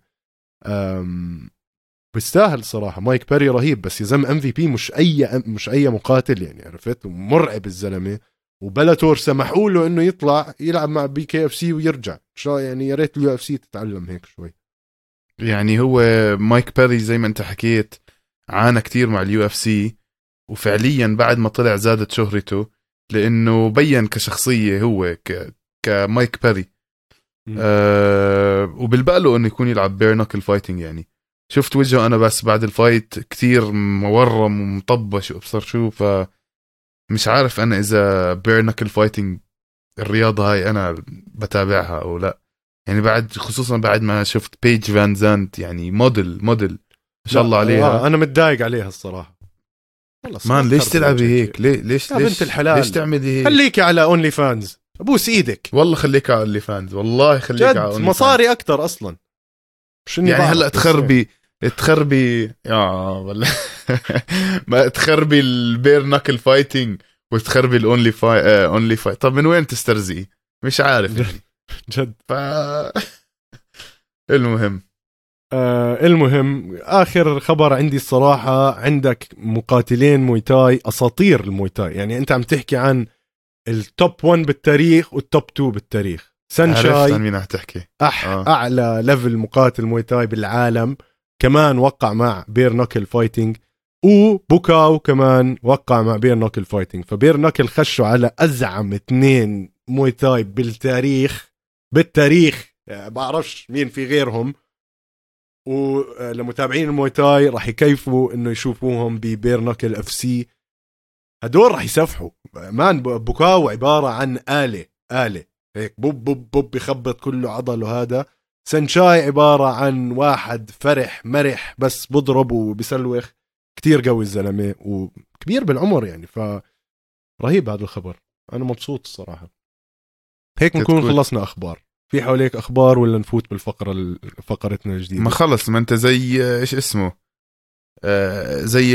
بيستاهل صراحه، مايك باري رهيب، بس يزم ام في بي مش اي مش اي مقاتل يعني، عرفت؟ مرعب الزلمه، وبلاتور سمحوا له انه يطلع يلعب مع بي كي اف سي ويرجع. شو يعني، يا ريت اليو اف سي تتعلم هيك شوي.
يعني هو مايك باري زي ما انت حكيت عانى كتير مع اليو اف سي، وفعليا بعد ما طلع زادت شهرته لانه بين كشخصيه هو ك كمايك باري. أه وبالبقى له انه يكون يلعب بير نوكل فايتنج. يعني شفت وجهه انا بس بعد الفايت كتير مورم ومطبش وابصر شو، ف مش عارف انا اذا بير نوكل فايتنج الرياضه هاي انا بتابعها او لا. يعني بعد خصوصا بعد ما شفت بيج فان زانت، يعني موديل موديل ما شاء الله عليها.
آه انا متضايق عليها الصراحه.
مان ليش تلعبي هيك؟ ليه ليش
يا
ليش
بنت الحلال
ليش تعملي هيك؟
خليكي على اونلي فانز، ابوس ايدك
والله خليك على اونلي فانز، والله خليك على اونلي
مصاري فانز. اكتر اصلا
يعني هلا تخربي تخربي يا والله ما تخربي البير ناكل فايتنج وتخربي الاونلي فاي اونلي فاي. طب من وين تسترزقي؟ مش عارف يعني.
جد.
ف المهم
آه المهم اخر خبر عندي الصراحه، عندك مقاتلين مويتاي اساطير المويتاي. يعني انت عم تحكي عن التوب واحد بالتاريخ والتوب اثنين بالتاريخ. سانشاي
مين هتحكي
أح آه. اعلى ليفل مقاتل مويتاي بالعالم، كمان وقع مع بير نوكل فايتنج، وبوكاو كمان وقع مع بير نوكل فايتنج. فبير نوكل خشوا على ازعم اثنين مويتاي بالتاريخ بالتاريخ، يعني بعرفش مين في غيرهم. ولمتابعين الموي تاي راح يكيفوا انه يشوفوهم ببير نوكل اف سي. هدول راح يسفحوا مان. بوكاو عبارة عن آلة آلة هيك بوب بوب بوب بيخبط كله عضل. وهذا سانشاي عبارة عن واحد فرح مرح بس بضرب وبيسلوخ. كتير قوي الزلمة وكبير بالعمر يعني. فرهيب هذا الخبر. أنا مبسوط الصراحة. هيك نكون خلصنا أخبار. في حواليك أخبار ولا نفوت بالفقرة فقرتنا الجديدة؟
ما خلص، ما أنت زي إيش اسمه آه زي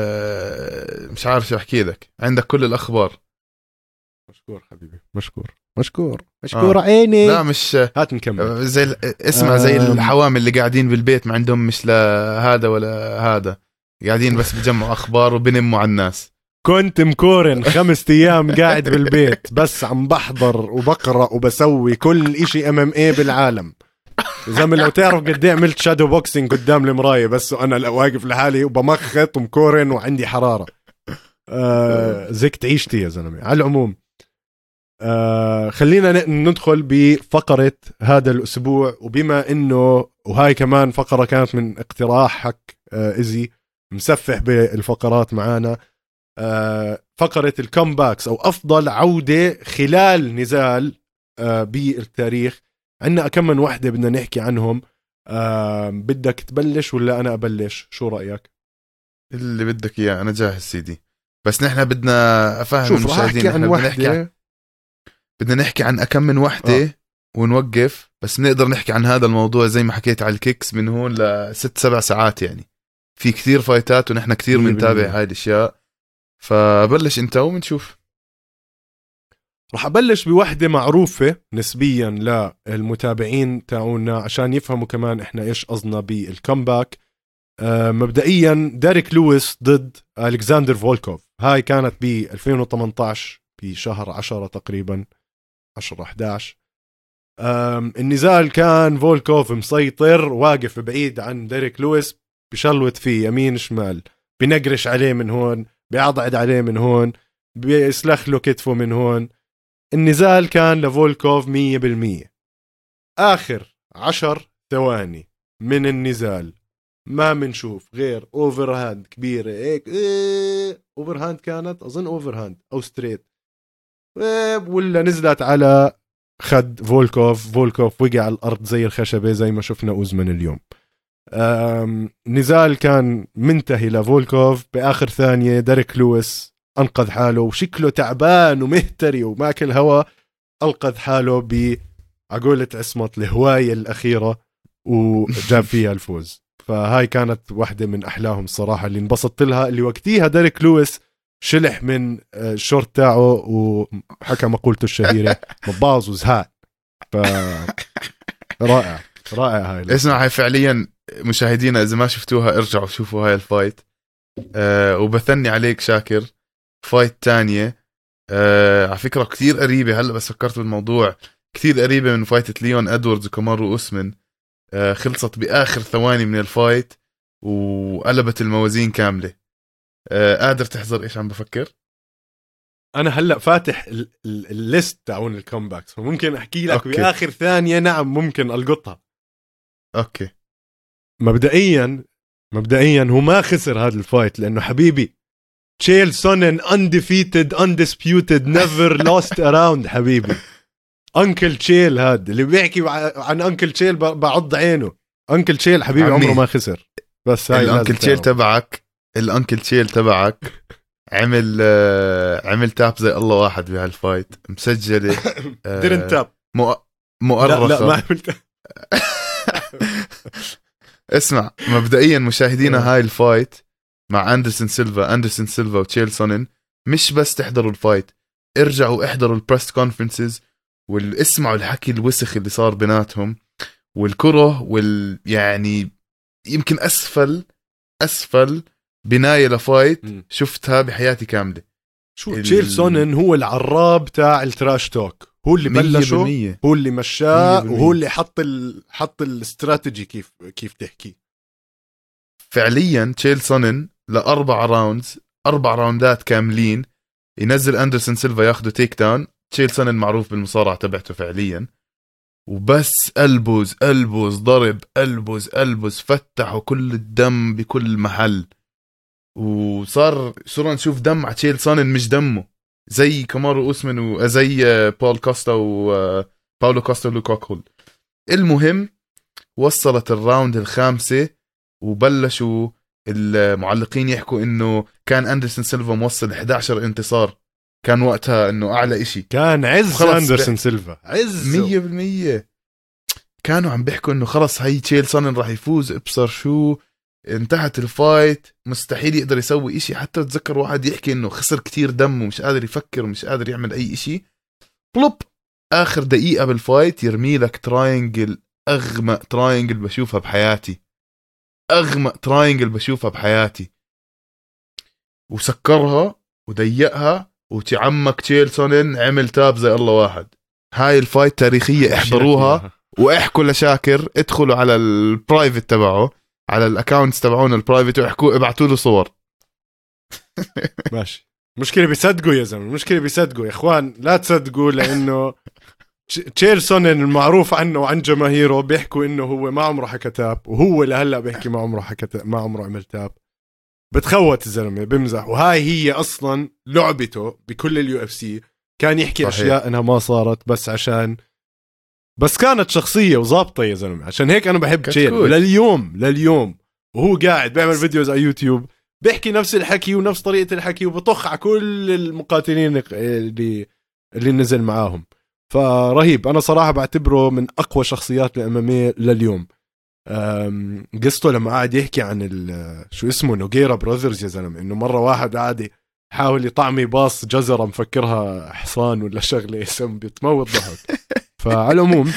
مش عارف شو أحكي لك، عندك كل الأخبار.
مشكور حبيبي مشكور مشكور مشكور آه. عيني.
لا مش
هات نكمل.
زي اسمع آه. زي الحوامل اللي قاعدين بالبيت ما عندهم مش لا هذا ولا هذا، قاعدين بس بجمعوا أخبار وبنموا على الناس.
كنت مكورن خمسة أيام قاعد بالبيت بس عم بحضر وبقرأ وبسوي كل إشي ام ام اي بالعالم. زمن لو تعرف قد ايه عملت شادو بوكسينج قدام المراية بس أنا واقف لحالي وبمخط ومكورن وعندي حرارة. آه زيك عيشتي يا زلمة. على العموم آه خلينا ندخل بفقرة هذا الأسبوع. وبما إنه وهاي كمان فقرة كانت من اقتراحك آه إزي مسفح بالفقرات معانا، آه فقرة الكومباكس أو أفضل عودة خلال نزال آه بالتاريخ. عنا كم من وحدة بدنا نحكي عنهم. آه بدك تبلش ولا أنا أبلش؟ شو رأيك؟
اللي بدك إياه أنا جاهز سيدي. بس نحن بدنا أفهم
المشاهدين عن بدنا نحكي عن
بدنا نحكي عن أكم من وحدة آه. ونوقف. بس نقدر نحكي عن هذا الموضوع زي ما حكيت على الكيكس من هون لست سبع ساعات يعني. في كثير فايتات ونحن كثير بنتابع هاي الأشياء. فبلش انت ومنشوف.
رح أبلش بوحدة معروفة نسبيا للمتابعين تاعونا عشان يفهموا كمان احنا ايش قصدنا بالكمباك. آه مبدئيا ديريك لويس ضد ألكسندر فولكوف. هاي كانت ب ألفين وثمانية عشر بشهر عشرة تقريبا عشرة إحدى عشر. النزال كان فولكوف مسيطر واقف بعيد عن ديريك لويس بشلوت فيه يمين شمال، بنقرش عليه من هون، بيعضعد عليه من هون، بيسلخ له كتفه من هون. النزال كان لفولكوف مية بالمية. آخر عشر ثواني من النزال ما منشوف غير اوفر هاند كبيرة هيك. إيه اوفر هاند كانت أظن اوفر هاند أو ستريت، إيه ولا نزلت على خد فولكوف. فولكوف وقع على الأرض زي الخشبة زي ما شفنا أوزمن اليوم. نزال كان منتهي لفولكوف بآخر ثانية. ديريك لويس أنقذ حاله وشكله تعبان ومهتري وماكل هوا، أنقذ حاله بعقولة عصمت الهواية الأخيرة وجاب فيها الفوز. فهاي كانت واحدة من أحلاهم الصراحة اللي انبسطت لها، اللي وقتيها ديريك لويس شلح من الشورت تاعه وحكى مقولته الشهيرة مباظ وزهاء. ف رائع رائع. هاي
اسمع، هاي فعليا مشاهدينا إذا ما شفتوها ارجعوا شوفوا هاي الفايت. أه وبثني عليك شاكر. فايت تانية أه على فكرة كتير قريبة، هلأ بس فكرت بالموضوع، كتير قريبة من فايتة ليون أدواردز وكامارو أوسمن. أه خلصت بآخر ثواني من الفايت وقلبت الموازين كاملة. أه قادر تحضر إيش عم بفكر؟
أنا هلأ فاتح الليست تاعون الكومباكس فممكن أحكي لك أوكي. بآخر ثانية نعم ممكن ألقطها.
أوكي.
مبدئيا مبدئيا هو ما خسر هذا الفايت لأنه حبيبي تشيل سونن undefeated undisputed never lost around. حبيبي أنكل تشيل هاد اللي بيحكي عن أنكل تشيل بعض عينه. أنكل تشيل حبيبي عمره ما خسر. بس هاي
الأنكل تشيل تبعك الأنكل تشيل تبعك عمل آه عمل تاب زي الله واحد بهالفايت مسجلة
آه ديرن تاب
مؤرخة.
لا, لا ما عملت.
اسمع مبدئيا مشاهدينا هاي الفايت مع أندرسون سيلفا أندرسون سيلفا وتشيل سونن مش بس تحضروا الفايت، ارجعوا احضروا البريس كونفرنسز والاسمعوا الحكي الوسخ اللي صار بيناتهم والكره وال يعني يمكن أسفل أسفل بناية لفايت شفتها بحياتي كاملة.
شو ال... تشيل سونن هو العراب تاع التراش توك، هو اللي بلشه مية بالمية. هو اللي مشاه وهو اللي حط ال... حط الاستراتيجي كيف كيف تحكي.
فعليا تشيل سونن لأربع راوندز أربع راوندات كاملين ينزل أندرسون سيلفا ياخده تيك داون. تشيل سونن معروف بالمصارعة تبعته فعليا وبس ألبز ألبز ضرب ألبز ألبز فتحوا كل الدم بكل محل. وصار صرنا نشوف دم على تشيل سونن مش دمه زي كامارو أوسمان وزي بول كوستا وباولو كوستا ولوكاكول. المهم وصلت الراوند الخامسة وبلشوا المعلقين يحكوا انه كان أندرسون سيلفا موصل إحدى عشر انتصار، كان وقتها انه اعلى اشي،
كان عز أندرسون بح... سيلفا عز
مية بالمية. كانوا عم بيحكوا انه خلص هاي تشيل سونن راح يفوز، ابصر شو انتهت الفايت، مستحيل يقدر يسوي اشي. حتى تذكر واحد يحكي انه خسر كتير دم ومش قادر يفكر ومش قادر يعمل اي اشي. بلوب اخر دقيقة بالفايت يرمي لك تراينجل، اغمق تراينجل بشوفها بحياتي، اغمق تراينجل بشوفها بحياتي، وسكرها وضيقها وتعمك تشيل سونن عمل تاب زي الله واحد. هاي الفايت تاريخية، احضروها واحكوا لشاكر، ادخلوا على البرايفت تبعه، على الاكاونتس تبعونا البرايفت واحكوا، ابعتوا له صور.
ماشي. مشكلة بيصدقوا يا زلمة، مشكلة بيصدقوا يا اخوان، لا تصدقوا، لانه تشيل سونن المعروف عنه وعن جماهيره بيحكوا انه هو ما عمره حكى تاب، وهو لهلا بيحكي ما عمره حكى تاب، ما عمره عمل تاب. بتخوت الزلمة، بمزح. وهاي هي اصلا لعبته بكل اليو اف سي، كان يحكي صحيح. اشياء انها ما صارت بس عشان بس كانت شخصية وظابطة يا زلمة. عشان هيك انا بحب تشيل لليوم لليوم وهو قاعد بيعمل فيديوز على يوتيوب بيحكي نفس الحكي ونفس طريقة الحكي وبطخ على كل المقاتلين اللي اللي نزل معاهم. فرهيب، انا صراحة بعتبره من اقوى شخصيات الامامية لليوم. قصته لما قاعد يحكي عن شو اسمه نوغيرا براذرز يا زلمة، انه مرة واحد قاعد يحاول يطعمي باص جزرة مفكرها حصان ولا شغلة، اسم بتموت ضحك. فعلى العموم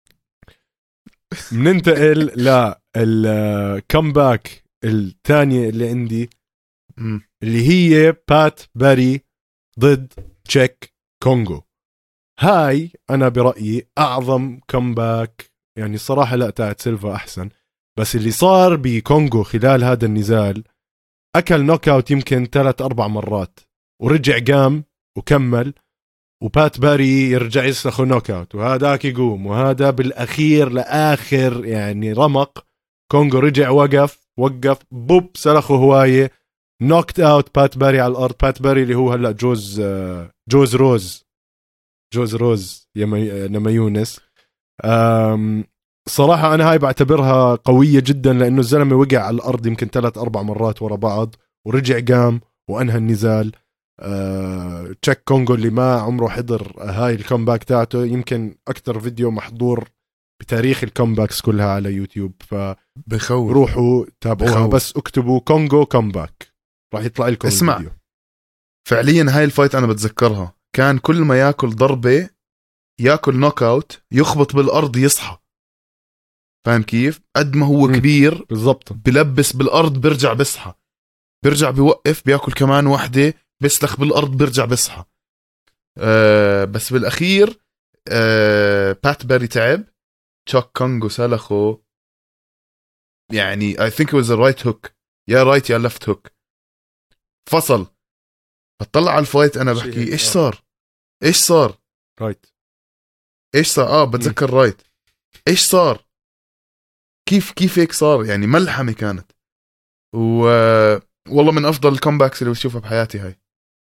بننتقل للكمباك الثانية اللي عندي، اللي هي بات باري ضد تشيك كونغو. هاي أنا برأيي أعظم كمباك، يعني صراحة لا تاعت سيلفا أحسن، بس اللي صار بكونغو خلال هذا النزال أكل نوك أوت يمكن ثلاث أربع مرات ورجع قام وكمل، وبات باري يرجع يسلخه نوك أوت وهذاك يقوم، وهذا بالأخير لآخر يعني رمق كونغو رجع وقف وقف بوب سلخه هواية، نوكت أوت بات باري على الأرض. بات باري اللي هو هلأ جوز جوز روز جوز روز يما يونس. صراحة أنا هاي بعتبرها قوية جدا، لأنه الزلمة وقع على الأرض يمكن ثلاث أربع مرات ورا بعض ورجع قام وأنهى النزال. أه... تشيك كونغو اللي ما عمره حضر هاي الكومباك تاعته، يمكن أكتر فيديو محضور بتاريخ الكومباكس كلها على يوتيوب، فبخوف روحوا تابعوها. بخوف. بس اكتبوا كونغو كومباك راح يطلع لكم
اسمع
الفيديو.
فعليا هاي الفايت أنا بتذكرها، كان كل ما ياكل ضربة ياكل نوك أوت يخبط بالأرض يصحى، فاهم كيف؟ قد ما هو كبير
بالضبط
بلبس بالأرض بيرجع بصحى، بيرجع بيوقف بياكل كمان واحدة بيسلخ بالأرض بيرجع بصحى. أه بس بالأخير أه بات باري تعب، تشوك كونغو سلخه، يعني I think it was a right hook، يا رايت يا left hook، فصل. بطلع على الفايت أنا بحكي إيش صار إيش صار
رايت
إيش صار آه بتذكر رايت إيش صار، كيف كيف هيك صار، يعني ملحمة كانت. و والله من أفضل الكومباكس اللي بشوفها بحياتي هاي.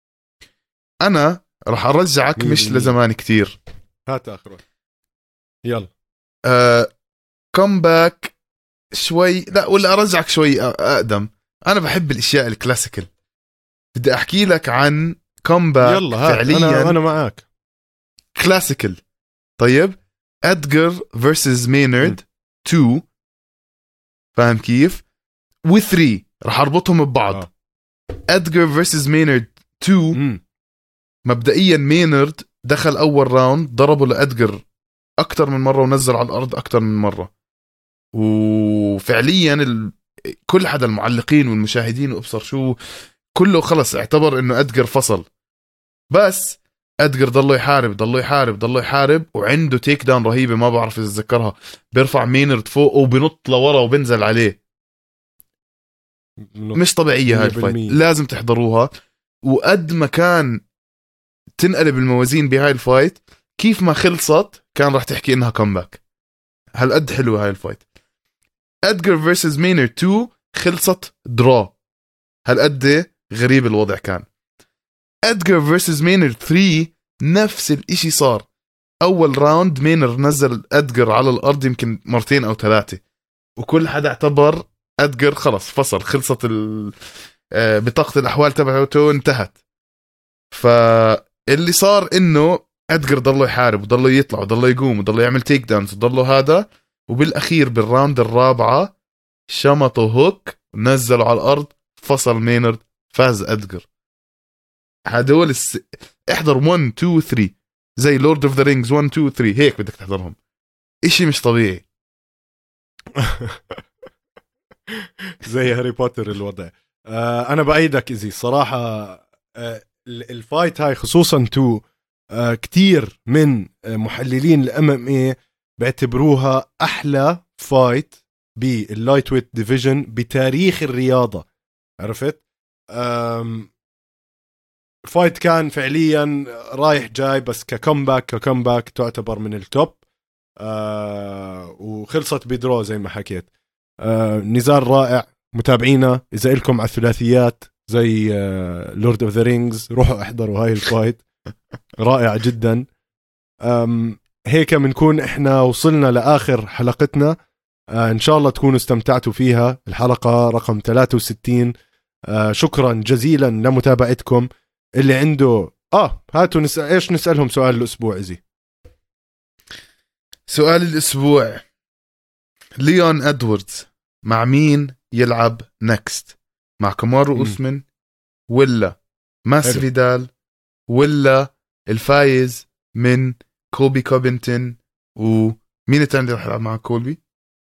أنا راح أرجعك مش لزمان كتير،
هات آخر يلا
آه كومباك شوي، لا ولا أرجعك شوي أقدم. أنا بحب الأشياء الكلاسيكال، بدي أحكي لك عن كومباك
يلا هات.
فعليا
أنا, أنا معاك
كلاسيكال. طيب أدغر versus مينارد تو، فاهم كيف؟ و ثري راح أربطهم ببعض. آه. أدغر versus مينارد تو، م. مبدئيا مينارد دخل أول راوند ضربه لأدغر أكتر من مرة ونزل على الأرض أكتر من مرة، وفعليا ال... كل حدا المعلقين والمشاهدين وأبصر شو كله خلص اعتبر إنه أدغر فصل. بس أدغر ضله يحارب ضله يحارب ضله يحارب وعنده تيك داون رهيبة ما بعرف إذا تذكرها، بيرفع مينارد فوق وبنط لورا وبنزل عليه، مش طبيعية هاي الفايت، لازم تحضروها. وقد ما كان تنقلب الموازين بهاي الفايت، كيف ما خلصت كان راح تحكي إنها كومباك. هالقد حلوة هاي الفايت. ادجر فيرسز مينر تو خلصت درا، هالقد غريب الوضع كان. ادجر فيرسز مينر ثري نفس الاشي صار. اول راوند مينر نزل ادجر على الارض يمكن مرتين او ثلاثة، وكل حدا اعتبر ادجر خلص فصل، خلصت بطاقة الاحوال تبعته انتهت. فاللي صار انه ادجر ضله يحارب وضله يطلع وضله يقوم وضله يعمل تيك داونز وضله هذا، وبالاخير بالراوند الرابعة شمطوا هوك ونزلوا على الارض، فصل مينر، فاز ادجر. هدول الس... احضر واحد اثنين ثلاثة زي لورد اوف ذا رينجز واحد اثنين ثلاثة، هيك بدك تحضرهم، اشي مش طبيعي.
زي هاري بوتر الوضع. آه انا بايدك ازي صراحه. آه الفايت هاي خصوصا تو آه كتير من آه محللين الام ام اي بيعتبروها احلى فايت باللايت ويت ديفيجن بتاريخ الرياضه. عرفت؟ فايت كان فعليا رايح جاي، بس ككمباك ككمباك تعتبر من التوب. آه وخلصت بدرو زي ما حكيت. آه نزال رائع. متابعينا اذا لكم على الثلاثيات زي لورد اوف ذا رينجز روحوا احضروا هاي الفايت، رائع جدا. هيك بنكون احنا وصلنا لاخر حلقتنا. آه ان شاء الله تكونوا استمتعتوا فيها، الحلقه رقم ثلاثة وستين. آه شكرا جزيلا لمتابعتكم. اللي عنده اه هاتوا نسأل ايش نسالهم سؤال الاسبوع. زي
سؤال الاسبوع، ليون ادواردز مع مين يلعب نكست؟ مع كامارو اوسمن ولا ماسفيدال ولا الفايز من كولبي كوبنتون؟ ومين الثاني اللي راح يلعب مع كولبي؟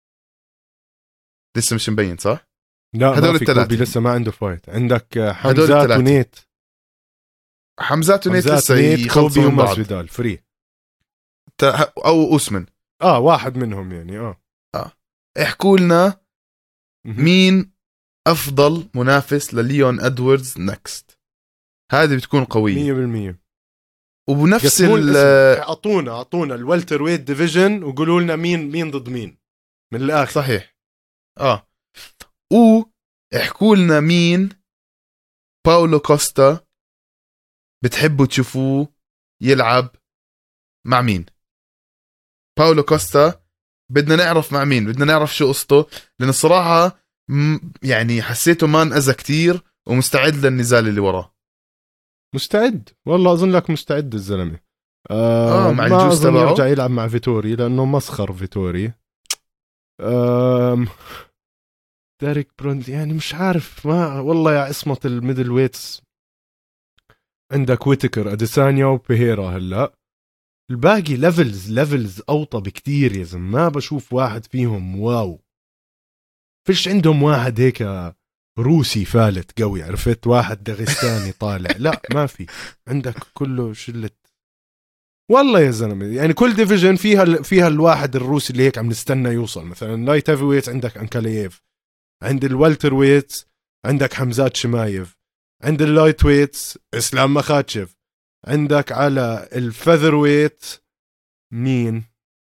لسه مش مبين صح؟
لا هدول الثلاثه لسه ما عنده فايت. عندك حمزات ونيت
حمزات ونيت لسه
كولبي وماسفيدال فري
او اوسمن.
اه واحد منهم يعني. اه
اه احكوا لنا مين افضل منافس لليون ادواردز نكست. هذه بتكون قويه
مية بالمية.
وبنفس ال
اعطونا اعطونا الوالتر ويت ديفيجن وقولوا لنا مين مين ضد مين من الاخر.
صحيح. اه واحكوا لنا مين باولو كوستا بتحبوا تشوفوه يلعب مع مين. باولو كوستا بدنا نعرف مع مين، بدنا نعرف شو قصته، لأن الصراحة يعني حسيته ما انأذى كتير ومستعد للنزال اللي وراه.
مستعد والله، أظن لك مستعد الزلمة.
آه, آه مع
ما
الجوز
أظن
تبعه
يرجع يلعب مع فيتوري لأنه مسخر فيتوري. آه داريك بروند يعني مش عارف، ما والله يا عصمة الميدل ويتس. عندك ويتكر أديسانيا وبيهيرا. هلأ الباقي ليفلز ليفلز أوطى بكتير يا زلمة. ما بشوف واحد فيهم واو. فيش عندهم واحد هيك روسي فالت قوي، عرفت؟ واحد داغستاني طالع. لا ما في. عندك كله شلة والله يا زلمة. يعني كل ديفيجن فيها فيها الواحد الروسي اللي هيك عم نستنى يوصل. مثلا لايت هيفي ويتس عندك أنكالييف، عند الوالتر ويتس عندك حمزات شمايف، عند اللايت ويتس إسلام مخاتشف، عندك على الفذر ويت مين؟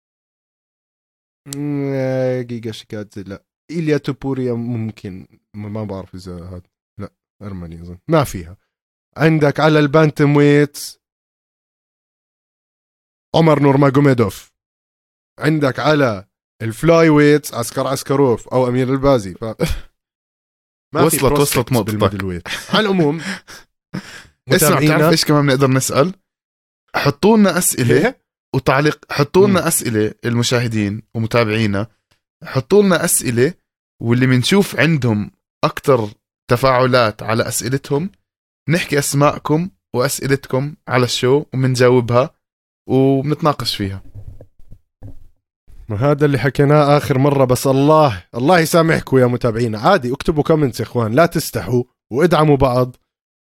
جيجا شيكادزي لا، إيليا توبوريا ممكن، ما بعرف إذا هذا لا أرمني أظن ما فيها. عندك على البانتم ويتس عمر نورماجوميدوف. عندك على الفلاي ويتس عسكر عسكروف أو أمير البازي. ف...
ما وصلت وصلت نقطتك.
على العموم
اسمع، تعرف إيش كمان بنقدر نسأل؟ حطوا لنا أسئلة وتعليق. حطوا لنا أسئلة المشاهدين ومتابعينا، حطوا لنا أسئلة، واللي بنشوف عندهم أكتر تفاعلات على أسئلتهم نحكي أسماءكم وأسئلتكم على الشو ومنجاوبها وبنتناقش فيها.
هذا اللي حكيناه آخر مرة. بس الله الله يسامحكم يا متابعينا. عادي اكتبوا كومنتس يا إخوان، لا تستحوا وادعموا بعض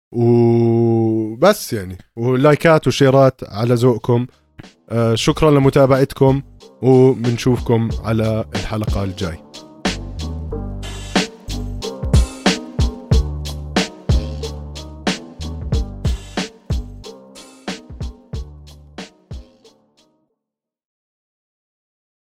وبس يعني، ولايكات وشيرات على ذوقكم. آه شكرا لمتابعتكم وبنشوفكم على الحلقة الجاي.